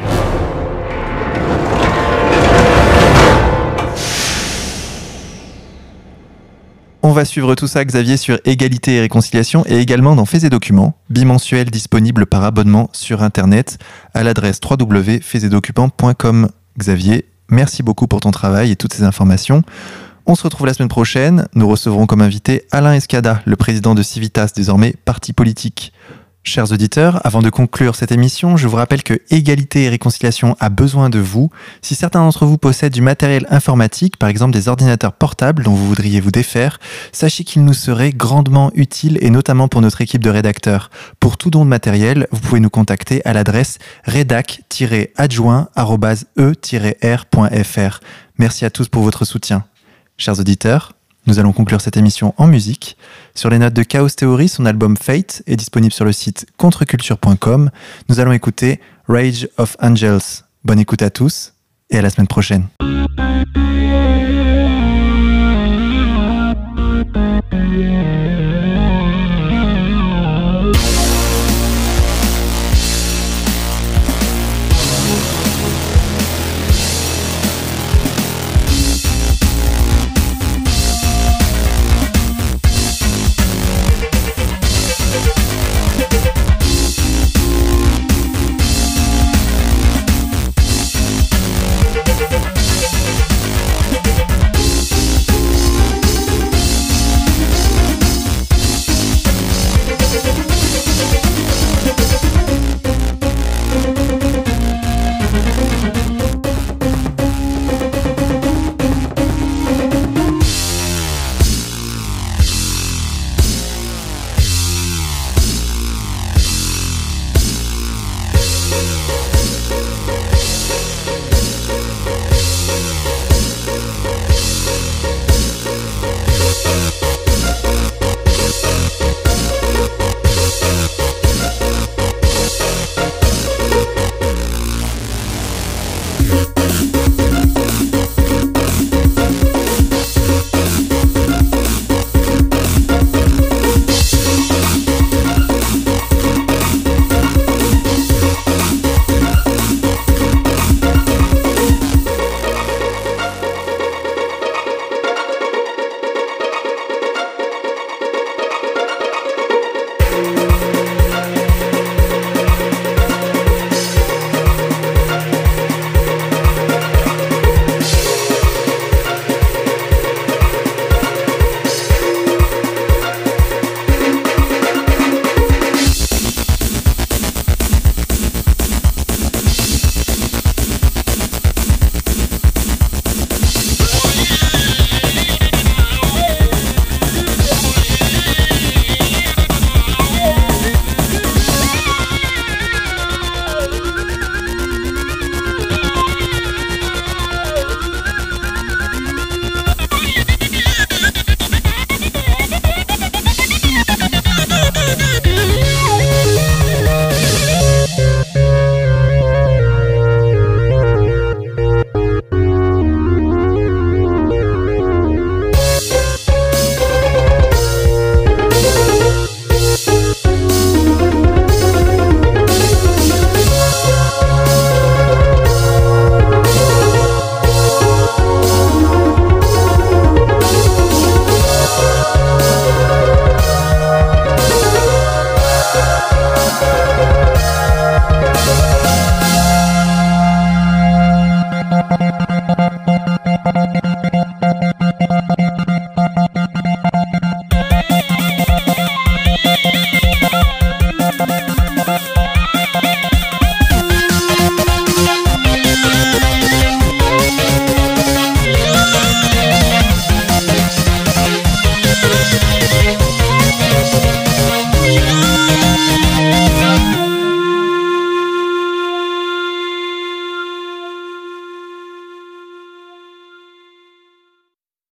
On va suivre tout ça, Xavier, sur Égalité et Réconciliation et également dans Faits et Documents, bimensuel disponible par abonnement sur Internet à l'adresse w w w point faits et documents point com. Xavier, merci beaucoup pour ton travail et toutes ces informations. On se retrouve la semaine prochaine. Nous recevrons comme invité Alain Escada, le président de Civitas, désormais parti politique. Chers auditeurs, avant de conclure cette émission, je vous rappelle que Égalité et Réconciliation a besoin de vous. Si certains d'entre vous possèdent du matériel informatique, par exemple des ordinateurs portables dont vous voudriez vous défaire, sachez qu'il nous serait grandement utile et notamment pour notre équipe de rédacteurs. Pour tout don de matériel, vous pouvez nous contacter à l'adresse rédac tiret adjoint arobase e tiret r point f r. Merci à tous pour votre soutien. Chers auditeurs, nous allons conclure cette émission en musique. Sur les notes de Chaos Theory, son album Fate est disponible sur le site contreculture point com. Nous allons écouter Rage of Angels. Bonne écoute à tous et à la semaine prochaine.